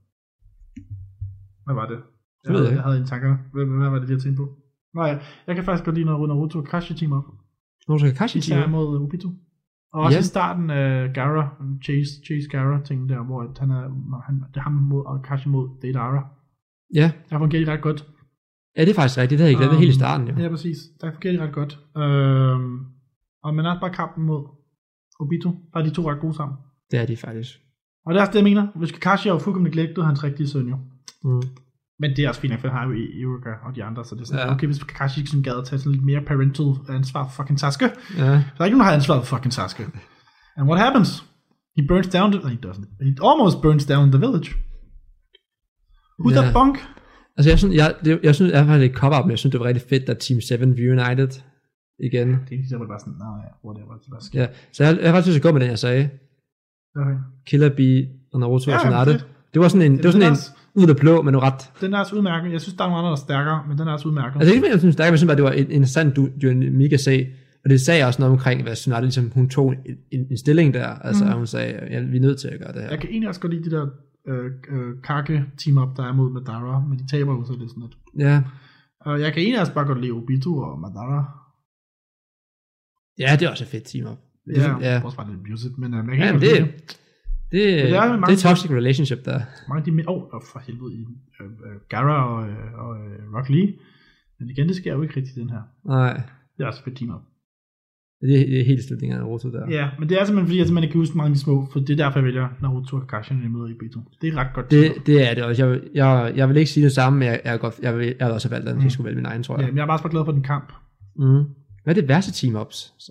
S5: hvad var det? Jeg havde en tanker. Hvad var det, jeg tænkte på? Nej, jeg kan faktisk godt lide, når Naruto og Kakashi teamer op.
S6: Naruto og Kakashi teamer op?
S5: mod Obito. Og også i starten af Gaara, Chase Gaara ting der, hvor det er ham mod, og Kakashi mod Deidara.
S6: Ja.
S5: Der fungerer de ret godt.
S6: Ja, det er faktisk rigtigt. Det havde jeg ikke lavet helt i starten, jo.
S5: Ja, præcis. Der fungerer de ret godt. Og man er bare kampen mod Obito. Der er de 2 ret gode sammen.
S6: Det er de faktisk.
S5: Og det er også det, jeg mener. Hvis Kakashi er jo fuldkommen neglected hans rigtige søn, jo. Men det er også fint, for han har jo Iruka og de andre, så det er sådan, okay, hvis Kakashi ikke sådan gad at tage sådan lidt mere parental ansvar for fucking Sasuke. Ja. Der er ikke nogen, der har ansvar for fucking Sasuke. And what happens? He burns down, he doesn't. He almost burns down the village. Who's that bunk?
S6: Altså, jeg synes, jeg har lidt cover-up, men jeg synes, det var rigtig fedt, at Team 7 reunited igen.
S5: Det er ikke bare sådan, whatever, det bare sker.
S6: Ja, så jeg faktisk synes, at gå med den, jeg sagde.
S5: Okay.
S6: Killer Bee og Naruto og Tsunade. Det var sådan en, ud af blå, men ret.
S5: Den er også udmærket. Jeg synes, der er nogle andre, der er stærkere, men den er også udmærket.
S6: Altså, ikke, jeg synes stærkere, jeg synes bare, det var en interessant dynamik at se. Og det sagde også noget omkring, hvad Tsunade ligesom, hun tog en stilling der. Altså, hun sagde, vi er nødt til at gøre det her.
S5: Jeg kan egentlig også godt lide de der Kage team-up, der er mod Madara, men de taber jo så lidt sådan lidt.
S6: Ja.
S5: Og jeg kan egentlig også bare godt lide Obito og Madara.
S6: Ja, det er også et fedt team-up.
S5: Ja, også bare lidt abusive, men jeg kan ikke
S6: det er toxic relationship der.
S5: Mange de for helvede i Gaara og Rock Lee. Men igen, det sker jo ikke rigtigt den her.
S6: Nej.
S5: Det er også et fedt team-up.
S6: Det er helt slutningen af Naruto der.
S5: Ja, men det er simpelthen fordi, at man ikke kan huske mange af de små, for det er derfor, jeg vælger Naruto og Kakashi, når de møder Obito. Det er ret godt.
S6: Det er det også. Jeg vil ikke sige det samme, men jeg vil også have valgt, at jeg skulle vælge min egen, tror jeg.
S5: Ja, men jeg er bare så glad for den kamp.
S6: Hvad er det værste team-ups? Så?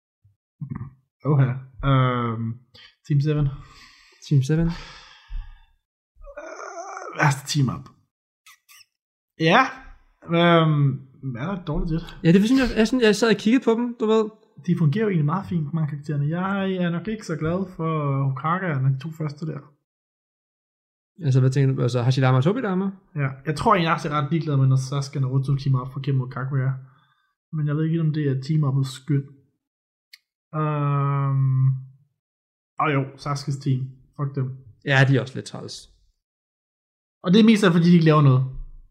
S5: Team 7.
S6: Team 7?
S5: Værste team-up. Ja. Er der et dårligt lidt?
S6: Ja, det synes jeg sad og kiggede på dem, du ved.
S5: De fungerer jo egentlig meget fint, mange karaktererne. Jeg er nok ikke så glad for Hokage og de to første der.
S6: Altså, hvad tænker du? Altså, Hashirama og Tobirama?
S5: Ja, jeg tror egentlig, jeg er ret ligeglad med, når Sasuke og Naruto teamer op for kæmpe mod Kaguya. Men jeg ved ikke, om det er team-uppets skyld. Jo, Sasuke's team. Fuck dem.
S6: Ja, de er også lidt træls.
S5: Og det er mest af, fordi de ikke laver noget.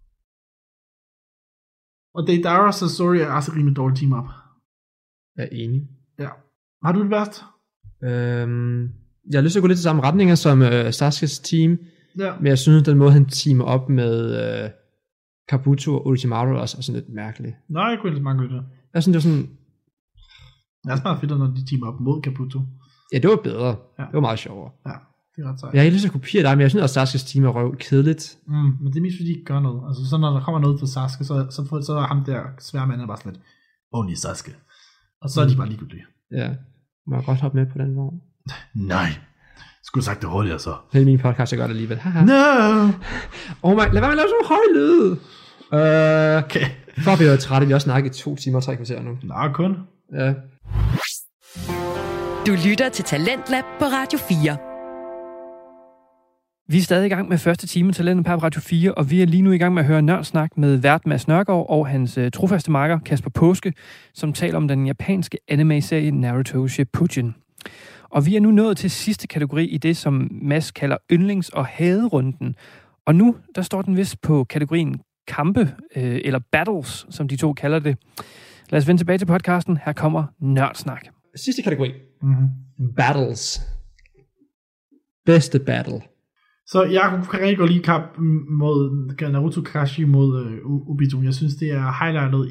S5: Og Deidara og Sasori er også rimelig dårligt team-up.
S6: Jeg er enig.
S5: Ja. Har du det værst?
S6: Jeg har lyst til at gå lidt til samme retninger som Sasuke's team. Ja. Men jeg synes, den måde, han teamer op med Kabuto og Orochimaru også er sådan lidt mærkeligt.
S5: Nej, jeg kunne ikke mange det.
S6: Jeg synes, det var sådan...
S5: Det er også meget fedt, når de teamer op mod Kabuto.
S6: Ja, det var bedre. Ja. Det var meget sjovere.
S5: Ja, det er ret sejt.
S6: Jeg har ikke lyst til at kopiere dig, men jeg synes også, at Sasuke's team er røv kedeligt.
S5: Men det er mest fordi, de ikke gør noget. Altså, så når der kommer noget fra Sasuke, så er ham der svære mand bare sådan lidt, only Sasuke. Og så er de bare ligegyldige.
S6: Ja, må jeg godt hoppe med på den vogn?
S5: Nej. Skulle have sagt det hurtigere så.
S6: Det er min podcast, jeg gør det alligevel.
S5: No!
S6: Lad være med at lave sådan en høj lyd. Okay. For at blive træt, vi har også snakket i 2 timer og 3 kvarter nu.
S5: Nå, kun.
S6: Ja.
S2: Du lytter til Talentlab på Radio 4.
S3: Vi er stadig i gang med første time Talentet på Radio 4, og vi er lige nu i gang med at høre Nørdsnak med vært Mads Nørgaard og hans trofaste makker Kasper Påske, som taler om den japanske anime-serie Naruto Shippuden. Og vi er nu nået til sidste kategori i det, som Mads kalder yndlings- og haderunden. Og nu, der står den vist på kategorien kampe, eller battles, som de to kalder det. Lad os vende tilbage til podcasten. Her kommer Nørdsnak.
S6: Sidste kategori. Battles. Bedste battle.
S5: Så jeg kan rigtig godt lide kamp mod Naruto Kakashi mod Obito. Jeg synes, det er highlightet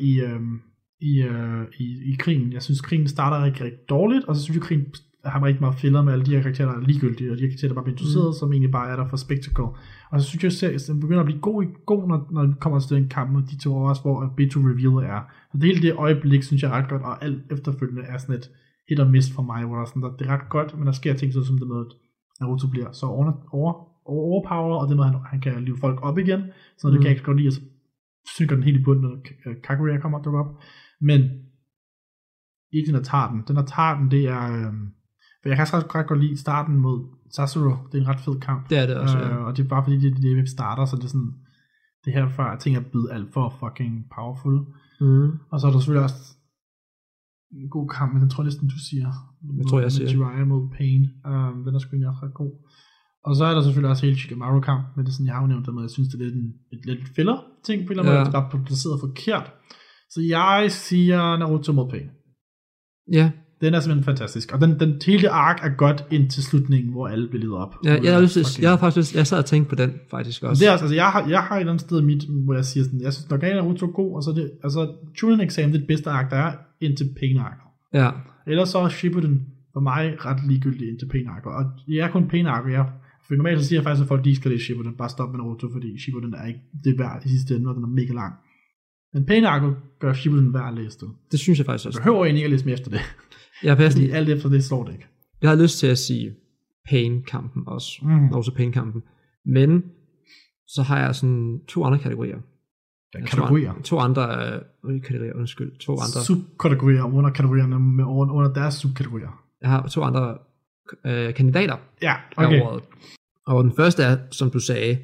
S5: i krigen. Jeg synes, krigen starter rigtig, rigtig dårligt, og så synes jeg, krigen har rigtig meget filler med alle de her karakterer, der er ligegyldige, og de her karakterer, der bare bliver introduceret, som egentlig bare er der for spectacle. Og så synes jeg, at den begynder at blive god når det kommer til den kamp mod de to også, hvor Obito revealet er. Så det hele det øjeblik, synes jeg er ret godt, og alt efterfølgende er sådan et hit og miss for mig, hvor der sådan, det er ret godt, men der sker ting som det med, at Naruto bliver så overpowered, og det med, at han kan live folk op igen, så det kan jeg ikke godt lide, og så synker den helt i bunden, når Kaguya kommer og dukker op. Men ikke den, der tager den, det er... For jeg kan også ret godt lide starten mod Sasuro. Det er en ret fed kamp.
S6: Det er det også, ja.
S5: Og det er bare fordi, det starter, så det er sådan... Det her før, at ting er blevet alt for fucking powerful. Og så er der selvfølgelig også en god kamp, men den tror jeg næsten, du siger.
S6: Jeg tror, jeg siger.
S5: Jiraiya mod Pain. Den er sgu egentlig også ret god. Og så er der selvfølgelig også hele Shikamaru-kamp, men det er sådan, jeg har jo nævnt det med, jeg synes, det er lidt filler-ting på en eller anden måde, der er placeret forkert. Så jeg siger Naruto mod Pain.
S6: Ja. Den
S5: er simpelthen fantastisk. Og den hele ark er godt ind til slutningen, hvor alle bliver ledet op.
S6: Ja, jeg sad og tænkte på den faktisk også.
S5: Det er altså, jeg har et eller andet sted i mit, hvor jeg siger sådan, jeg synes, når Naruto er god, og så er det, altså, Chunin Exam, det er det bedste ark, der er indtil Pain ark.
S6: Ja.
S5: Ellers så er Shippuden for mig ret ligegyldig indtil Pain ark. Og jeg er kun Pain ark, jeg For normalt så siger jeg faktisk, at folk de skal læse Shippuden. Bare stop med Naruto, fordi Shippuden er ikke det værd i sidste ende, og den er mega lang. Men Pain Arco gør Shippuden værd at læse det.
S6: Det synes jeg faktisk også.
S5: Du behøver egentlig ikke at læse mere efter det.
S6: Fordi
S5: alt efter det står det ikke.
S6: Jeg har lyst til at sige Pain-kampen også. Også Pain-kampen. Men så har jeg sådan 2 andre kategorier. To andre kategorier, undskyld. 2 andre
S5: subkategorier under kategorierne under deres subkategorier.
S6: Jeg har 2 andre kandidater.
S5: Ja, okay.
S6: Og den første er, som du sagde,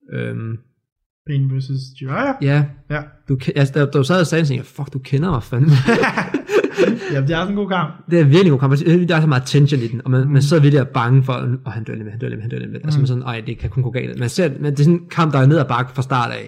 S5: Pain vs. Jiraiya?
S6: Ja. Da du sad og sagde, tænkte jeg, fuck, du kender mig fandme.
S5: Ja, det er sådan en god kamp.
S6: Det er virkelig en god kamp. Der er så meget tension i den, og man sidder virkelig og bange for, han dør lidt med. Altså man sådan, ej, det kan kun gå galt. Men det er sådan en kamp, der er ned ad bakke fra start af.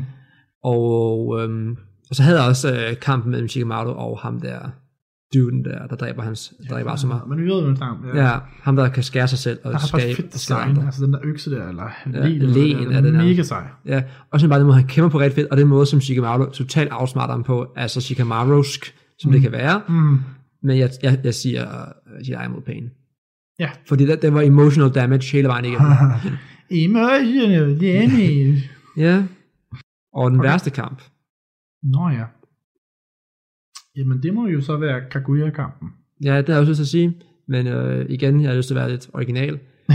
S6: Og så havde jeg også kampen mellem Shikamaru og ham der, duden der dræber så meget.
S5: Men vi ved, hvad det
S6: er. Ja, ham der kan skære sig selv og skabe.
S5: Fedt design, altså den der økse der, eller
S6: len er den der.
S5: Mega sej.
S6: Ja, og så bare den måde, han kæmper på ret fedt, og den måde, som Shikamaru totalt afsmarter ham på, altså Shikamarusk, som det kan være. Men jeg siger Jiraiya mod Pain.
S5: Ja.
S6: Fordi det var emotional damage hele vejen igennem.
S5: Emotional damage.
S6: Ja. Og den værste kamp.
S5: Nå ja. Jamen det må jo så være Kaguya-kampen.
S6: Ja, det har jeg også lyst til at sige. Men igen, jeg har lyst til at være lidt original.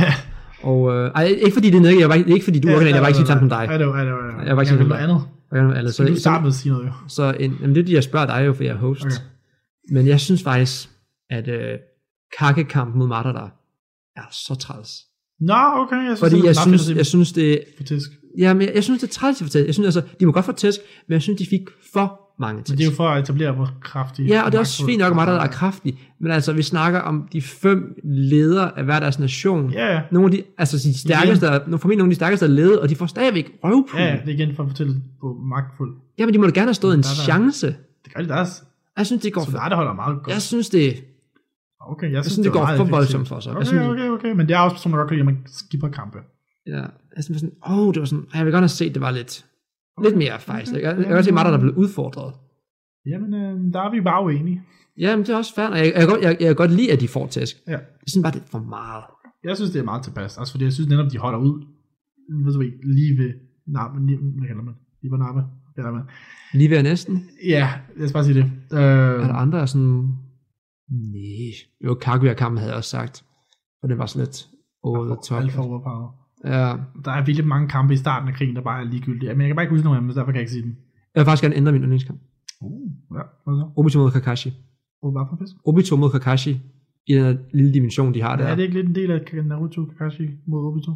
S6: Og ikke fordi det er noget, ikke fordi du er original, jeg var ikke sige sammen som dig.
S5: Jeg var ikke sige noget
S6: andet.
S5: Så du starte med at sige noget jo.
S6: Så jamen, det er det, jeg spørger dig jo, for jeg er host. Okay. Men jeg synes faktisk, at Kage-kampen mod Madara er så træls.
S5: Nå, okay.
S6: Jeg synes det er
S5: for tæsk.
S6: Jamen, jeg synes det er træls for tæsk. Jeg synes altså, de må godt få tæsk, men jeg synes de fik for mange tæsk.
S5: Men det er jo for at etablere, hvor kraftige.
S6: Ja, og det er også fint nok, at Madara er kraftig. Men altså, vi snakker om de 5 ledere af hver deres nation.
S5: Ja.
S6: Nogle af de, altså de stærkeste, formentlig nogle af de stærkeste lede, og de får stadigvæk røvpul.
S5: Ja, det er igen for at fortælle på magtfuld.
S6: Ja, men de må da gerne have stået en chance.
S5: Det gør de deres.
S6: Jeg synes, det går
S5: for... det holder meget godt.
S6: Jeg synes, det...
S5: Okay,
S6: jeg synes det går for voldsomt for sig.
S5: Okay. Men det er også sådan, at godt kan lide, at man skipper kampe.
S6: Ja, jeg synes sådan, det var sådan... Jeg vil godt have set, det var lidt mere faktisk. Jeg kan godt se Madara, der blev udfordret.
S5: Jamen, der er vi bare uenige.
S6: Jamen, det er også fair. Jeg kan godt lide, at de får tæsk. Ja. Jeg synes bare, det er for meget.
S5: Jeg synes, det er meget tilpas. Altså, fordi jeg synes netop, de holder ud. Ved du ikke, lige ved nappen. Hvad kalder man? Lige ved nappe.
S6: Lige ved næsten?
S5: Ja, lad os bare sige det.
S6: Er der andre, der sådan... Nej. Jo, Kaguya-kampen havde jeg også sagt. Og det var sådan lidt over the top.
S5: Alt for overpower.
S6: Ja.
S5: Der er virkelig mange kampe i starten af krigen, der bare er ligegyldige. Men jeg kan bare ikke huske nogen af dem, så derfor kan jeg ikke sige dem.
S6: Jeg vil faktisk gerne ændre min yndlingskamp.
S5: Ja, hvad så?
S6: Obito mod Kakashi.
S5: Hvad for fisk?
S6: Obito mod Kakashi. I den lille dimension, de har der.
S5: Er det ikke lidt en del af Naruto Kakashi mod Obito?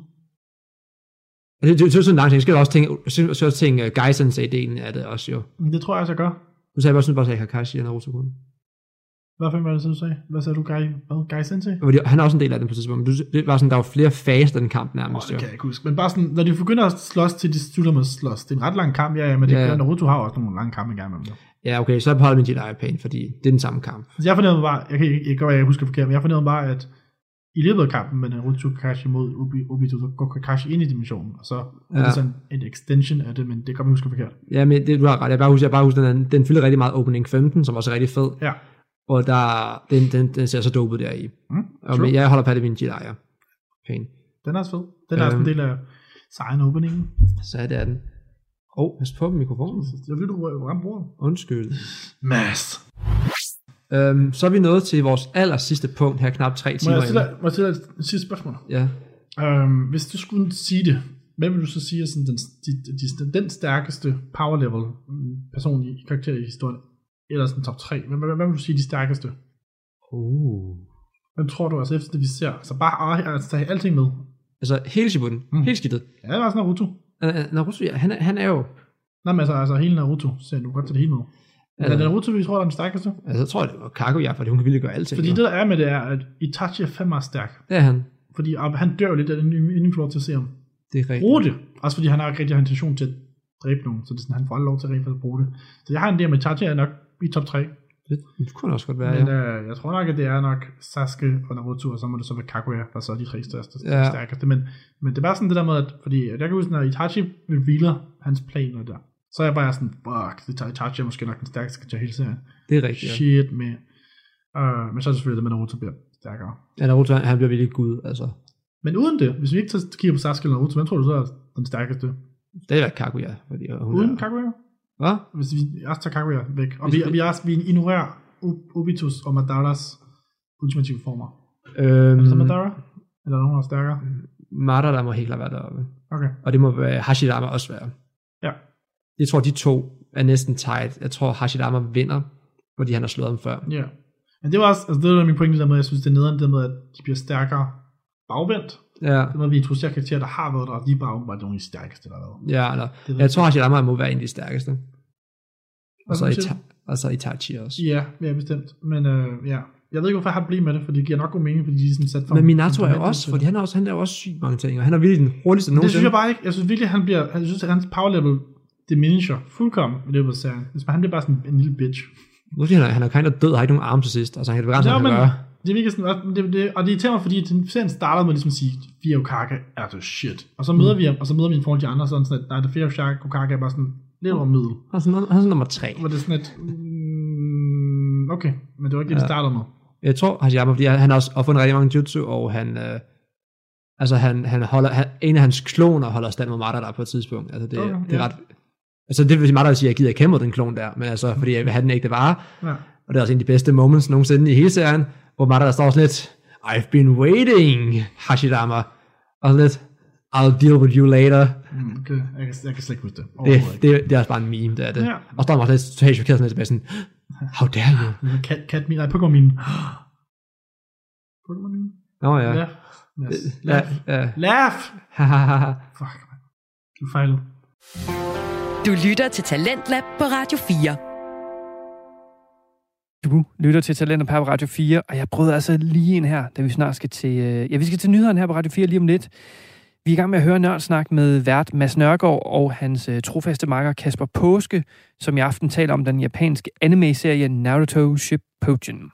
S6: Det er sådan en lang ting. Jeg skal også tænke Gai-sensei-delen af det også jo.
S5: Det tror jeg også, jeg gør.
S6: Du sagde bare, at Kakashi og Naruto kun.
S5: Hvad var det, så du sagde? Hvad sagde du, Gai-sensei?
S6: Han er også en del af den på tidspunkt, men det var sådan, der var flere faser den kamp nærmest.
S5: Det kan jeg ikke huske. Men bare sådan, når de begynder at slås til de slutter med at slås, det er en ret lang kamp, ja, men det gør Naruto har også nogle lange kampe engang med dem.
S6: Ja, okay, så holder min Jiraiya Pain, fordi det er den samme kamp.
S5: Så jeg fornemmede bare, jeg husker forkert, men jeg fornemmede bare, at i løbet af kampen med Naruto Kakashi mod Obito, så går Kakashi ind i dimensionen, og så er det sådan en extension af det, men det kan man huske forkert.
S6: Ja, men det, du har ret. Jeg bare husker den fylder rigtig meget opening 15, som også er rigtig fed.
S5: Ja.
S6: Og den ser så dopet der i. Og jeg holder på min Jiraiya Pain.
S5: Den er også fed. Den er også en del af sejren openingen.
S6: Så er det den. Pas på mikrofonen.
S5: Jeg vil du ramme bordet.
S6: Undskyld.
S5: Mads.
S6: Så er vi nået til vores aller sidste punkt her, knap 3 timer.
S5: Må jeg stille et sidste spørgsmål?
S6: Ja.
S5: Hvis du skulle sige det, hvad vil du så sige er sådan den stærkeste power level person i karakter i historien? Eller sådan top 3. Hvad vil du sige de stærkeste? Hvem tror du, altså efter det vi ser? Altså bare tage alting med.
S6: Altså hele Shippuden. Helt skidtet.
S5: Ja, det var sådan Naruto.
S6: Naruto, ja, han er jo...
S5: Nej, men altså hele Naruto, så du kan godt tage det hele med. Er det Naruto, vi tror, der er den stærkeste?
S6: Altså, jeg tror, det var Kaguya, fordi hun kan virkelig gøre alting.
S5: Fordi det der er med det er, at Itachi er fandme stærk.
S6: Det er han.
S5: Fordi han dør jo lidt af den inden for lov til at se ham.
S6: Det er rigtigt.
S5: Bruge det. Også fordi han har ikke rigtig intention til at dræbe nogen, så det er sådan, han får aldrig lov til at rent bruge det. Så jeg har en del med Itachi er nok i top 3.
S6: Det kunne også godt være,
S5: men, jeg tror nok, at det er nok Sasuke og Naruto, og så må det så være Kaguya, der så er de 3 stærkeste. Men det er bare sådan det der med, at fordi jeg kan huske, når Itachi revealer hans planer der, så er jeg bare sådan, fuck, Itachi er måske nok den stærkeste til hele serien.
S6: Det er rigtigt,
S5: shit med. Men så er det selvfølgelig det med Naruto bliver stærkere.
S6: Ja, Naruto, han bliver virkelig gud, altså.
S5: Men uden det, hvis vi ikke kigger på Sasuke eller Naruto, hvem tror du så er den stærkeste?
S6: Det er Kaguya. Fordi
S5: uden Kaguya?
S6: Hvad?
S5: Hvis vi også tager Kaguya væk. Og vi ignorerer Obitos og Madaras ultimative former. Er det så Madara? Eller er der nogen, der er stærkere?
S6: Madara må helt klart være deroppe.
S5: Okay.
S6: Og det må være Hashirama også være.
S5: Ja.
S6: Jeg tror, de to er næsten tight. Jeg tror, Hashirama vinder, fordi han har slået dem før.
S5: Ja. Men det var også, altså det var min pointe der med, jeg synes, det er nederen, det med, at de bliver stærkere bagvendt.
S6: Ja.
S5: Det med, vi introducerer karakterer, der har været der, og de er bare nogle af de stærkeste, der har været.
S6: Ja, eller, jeg tror, Hashirama må være en af de stærkeste. Og så Itachi også.
S5: Ja, bestemt. Men ja, jeg ved ikke, hvorfor jeg har blivet med det, for det giver nok god mening, fordi de er sådan sat for...
S6: Men Minato er jo også, fordi han laver også sygt mange ting, og han er virkelig den hurtigste nogensinde.
S5: Det synes jeg bare ikke. Jeg synes virkelig, jeg synes, at hans power level diminisher fuldkommen i løbet af serien. Han bliver bare sådan en lille bitch.
S6: Måske han er kind of død, har ikke nogen arme til sidst, altså han kan det begrænse, han kan gøre.
S5: Det virker sådan, og det irriterer mig, fordi serien starter med ligesom at sige, Fire Hokage er the shit. Og så møder vi ham, og så møder vi en forhold til de andre, sådan at nej, det Fire Hokage er bare sådan lidt over middel.
S6: Han er sådan nummer 3.
S5: Hvor det er sådan et, okay, men det var ikke det, vi startede med.
S6: Jeg tror, Hashirama, fordi han har også opfundet rigtig mange jutsu, og han holder, en af hans kloner holder stand mod Madara på et tidspunkt. Altså det er ret... Altså det vil sige, Madara siger, at jeg gider kæmpe den klon der, men altså, fordi jeg vil have den ægte vare. Ja. Og det er også en af de bedste moments nogensinde i hele serien, hvor Madara står sådan lidt, I've been waiting, Hashirama. Og sådan lidt, I'll deal with you later.
S5: Okay. Jeg kan slet ikke huske det.
S6: Det er også bare en meme, det er det. Ja. Og så står man også lidt totalt chokeret sådan lidt tilbage sådan, how dare you?
S5: Pokémon mine. Pokémon mine?
S6: Nå ja.
S5: Laugh! Fuck, man. Du fejlede.
S2: Du lytter til Talentlab på Radio 4.
S3: Du lytter til Talentlab på Radio 4, og jeg prøvede altså lige ind her, da vi snart skal til... vi skal til nyhederne her på Radio 4 lige om lidt. Vi er i gang med at høre Nørdsnak med vært Mads Nørgaard og hans trofaste makker Kasper Påske, som i aften taler om den japanske anime-serie Naruto Shippuden.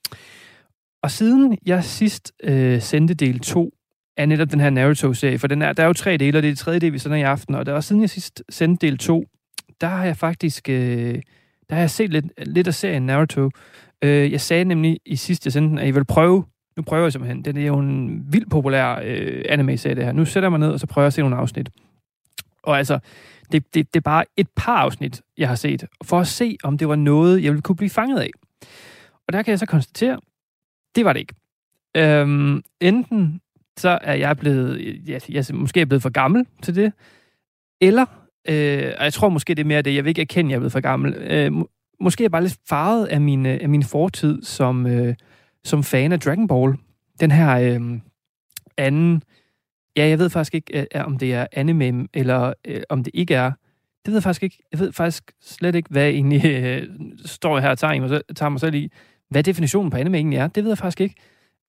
S3: Og siden jeg sidst sendte del 2 af netop den her Naruto-serie, for der er jo 3 dele, og det er det 3. del, vi sender i aften, og det var siden jeg sidst sendte del 2, der har jeg faktisk der har jeg set lidt af serien Naruto. Jeg sagde nemlig i sidste jeg sendte den, at I vil prøve. Nu prøver jeg simpelthen. Det er jo en vildt populær anime-serie, det her. Nu sætter jeg mig ned, og så prøver jeg at se nogle afsnit. Og altså, det er bare et par afsnit, jeg har set, for at se, om det var noget, jeg ville kunne blive fanget af. Og der kan jeg så konstatere, det var det ikke. Enten så er jeg blevet, måske er jeg blevet for gammel til det, eller, og jeg tror måske det er mere det, jeg vil ikke erkende, at jeg er blevet for gammel. Måske er jeg bare lidt farvet af min fortid som fan af Dragon Ball. Den her anden... Ja, jeg ved faktisk ikke, om det er anime, eller om det ikke er. Det ved jeg faktisk ikke. Jeg ved faktisk slet ikke, hvad egentlig står her og tager mig selv i. Hvad definitionen på anime egentlig er, det ved jeg faktisk ikke.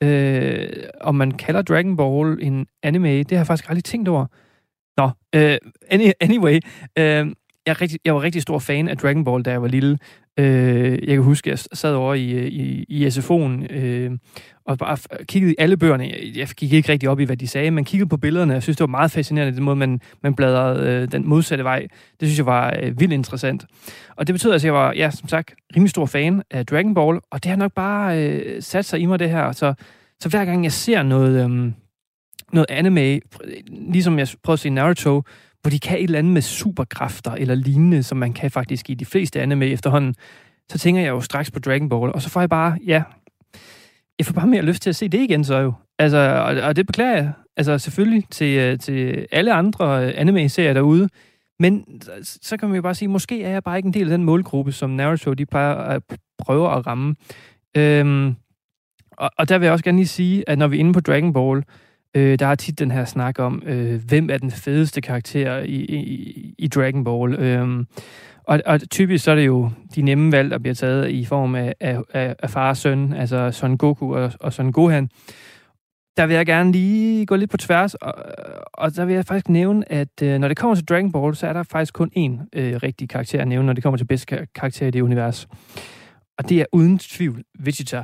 S3: Om man kalder Dragon Ball en anime, det har jeg faktisk aldrig tænkt over. Nå, anyway. Jeg var rigtig stor fan af Dragon Ball, da jeg var lille. Jeg kan huske, at jeg sad over i SFO'en og bare kiggede i alle bøgerne. Jeg gik ikke rigtig op i, hvad de sagde, men kiggede på billederne. Jeg synes, det var meget fascinerende, den måde, man bladrede den modsatte vej. Det synes jeg var vildt interessant. Og det betyder, at jeg var, som sagt, rimelig stor fan af Dragon Ball, og det har nok bare sat sig i mig, det her. Så hver gang jeg ser noget anime, ligesom jeg prøvede at se Naruto, hvor de kan et eller andet med superkræfter eller lignende, som man kan faktisk i de fleste anime efterhånden, så tænker jeg jo straks på Dragon Ball, og så får jeg bare, jeg får bare mere lyst til at se det igen så jo. Altså, og det beklager jeg. Altså selvfølgelig til alle andre anime-serier derude, men så kan man jo bare sige, måske er jeg bare ikke en del af den målgruppe, som Naruto, de prøver at ramme. Og der vil jeg også gerne lige sige, at når vi er inde på Dragon Ball, der er tit den her snak om, hvem er den fedeste karakter i Dragon Ball. Og typisk så er det jo de nemme valg, der bliver taget i form af far og søn, altså Son Goku og Son Gohan. Der vil jeg gerne lige gå lidt på tværs, og der vil jeg faktisk nævne, at når det kommer til Dragon Ball, så er der faktisk kun én rigtig karakter at nævne, når det kommer til bedste karakter i det univers. Og det er uden tvivl Vegeta.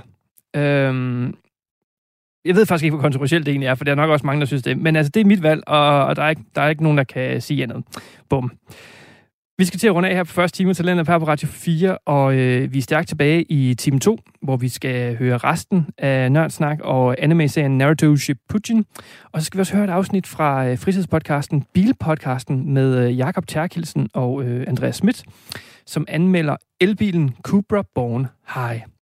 S3: Jeg ved faktisk ikke, hvor kontroversielt det egentlig er, for der er nok også mange, der synes det. Men altså, det er mit valg, og der er ikke nogen, der kan sige andet. Bum. Vi skal til at runde af her på første time til Talentlab her på Radio 4, og vi er stærkt tilbage i time 2, hvor vi skal høre resten af Nørdsnak og anime-serien Naruto Shippuden. Og så skal vi også høre et afsnit fra fritidspodcasten Bilpodcasten med Jakob Terkelsen og Andreas Schmidt, som anmelder elbilen Cupra Born High.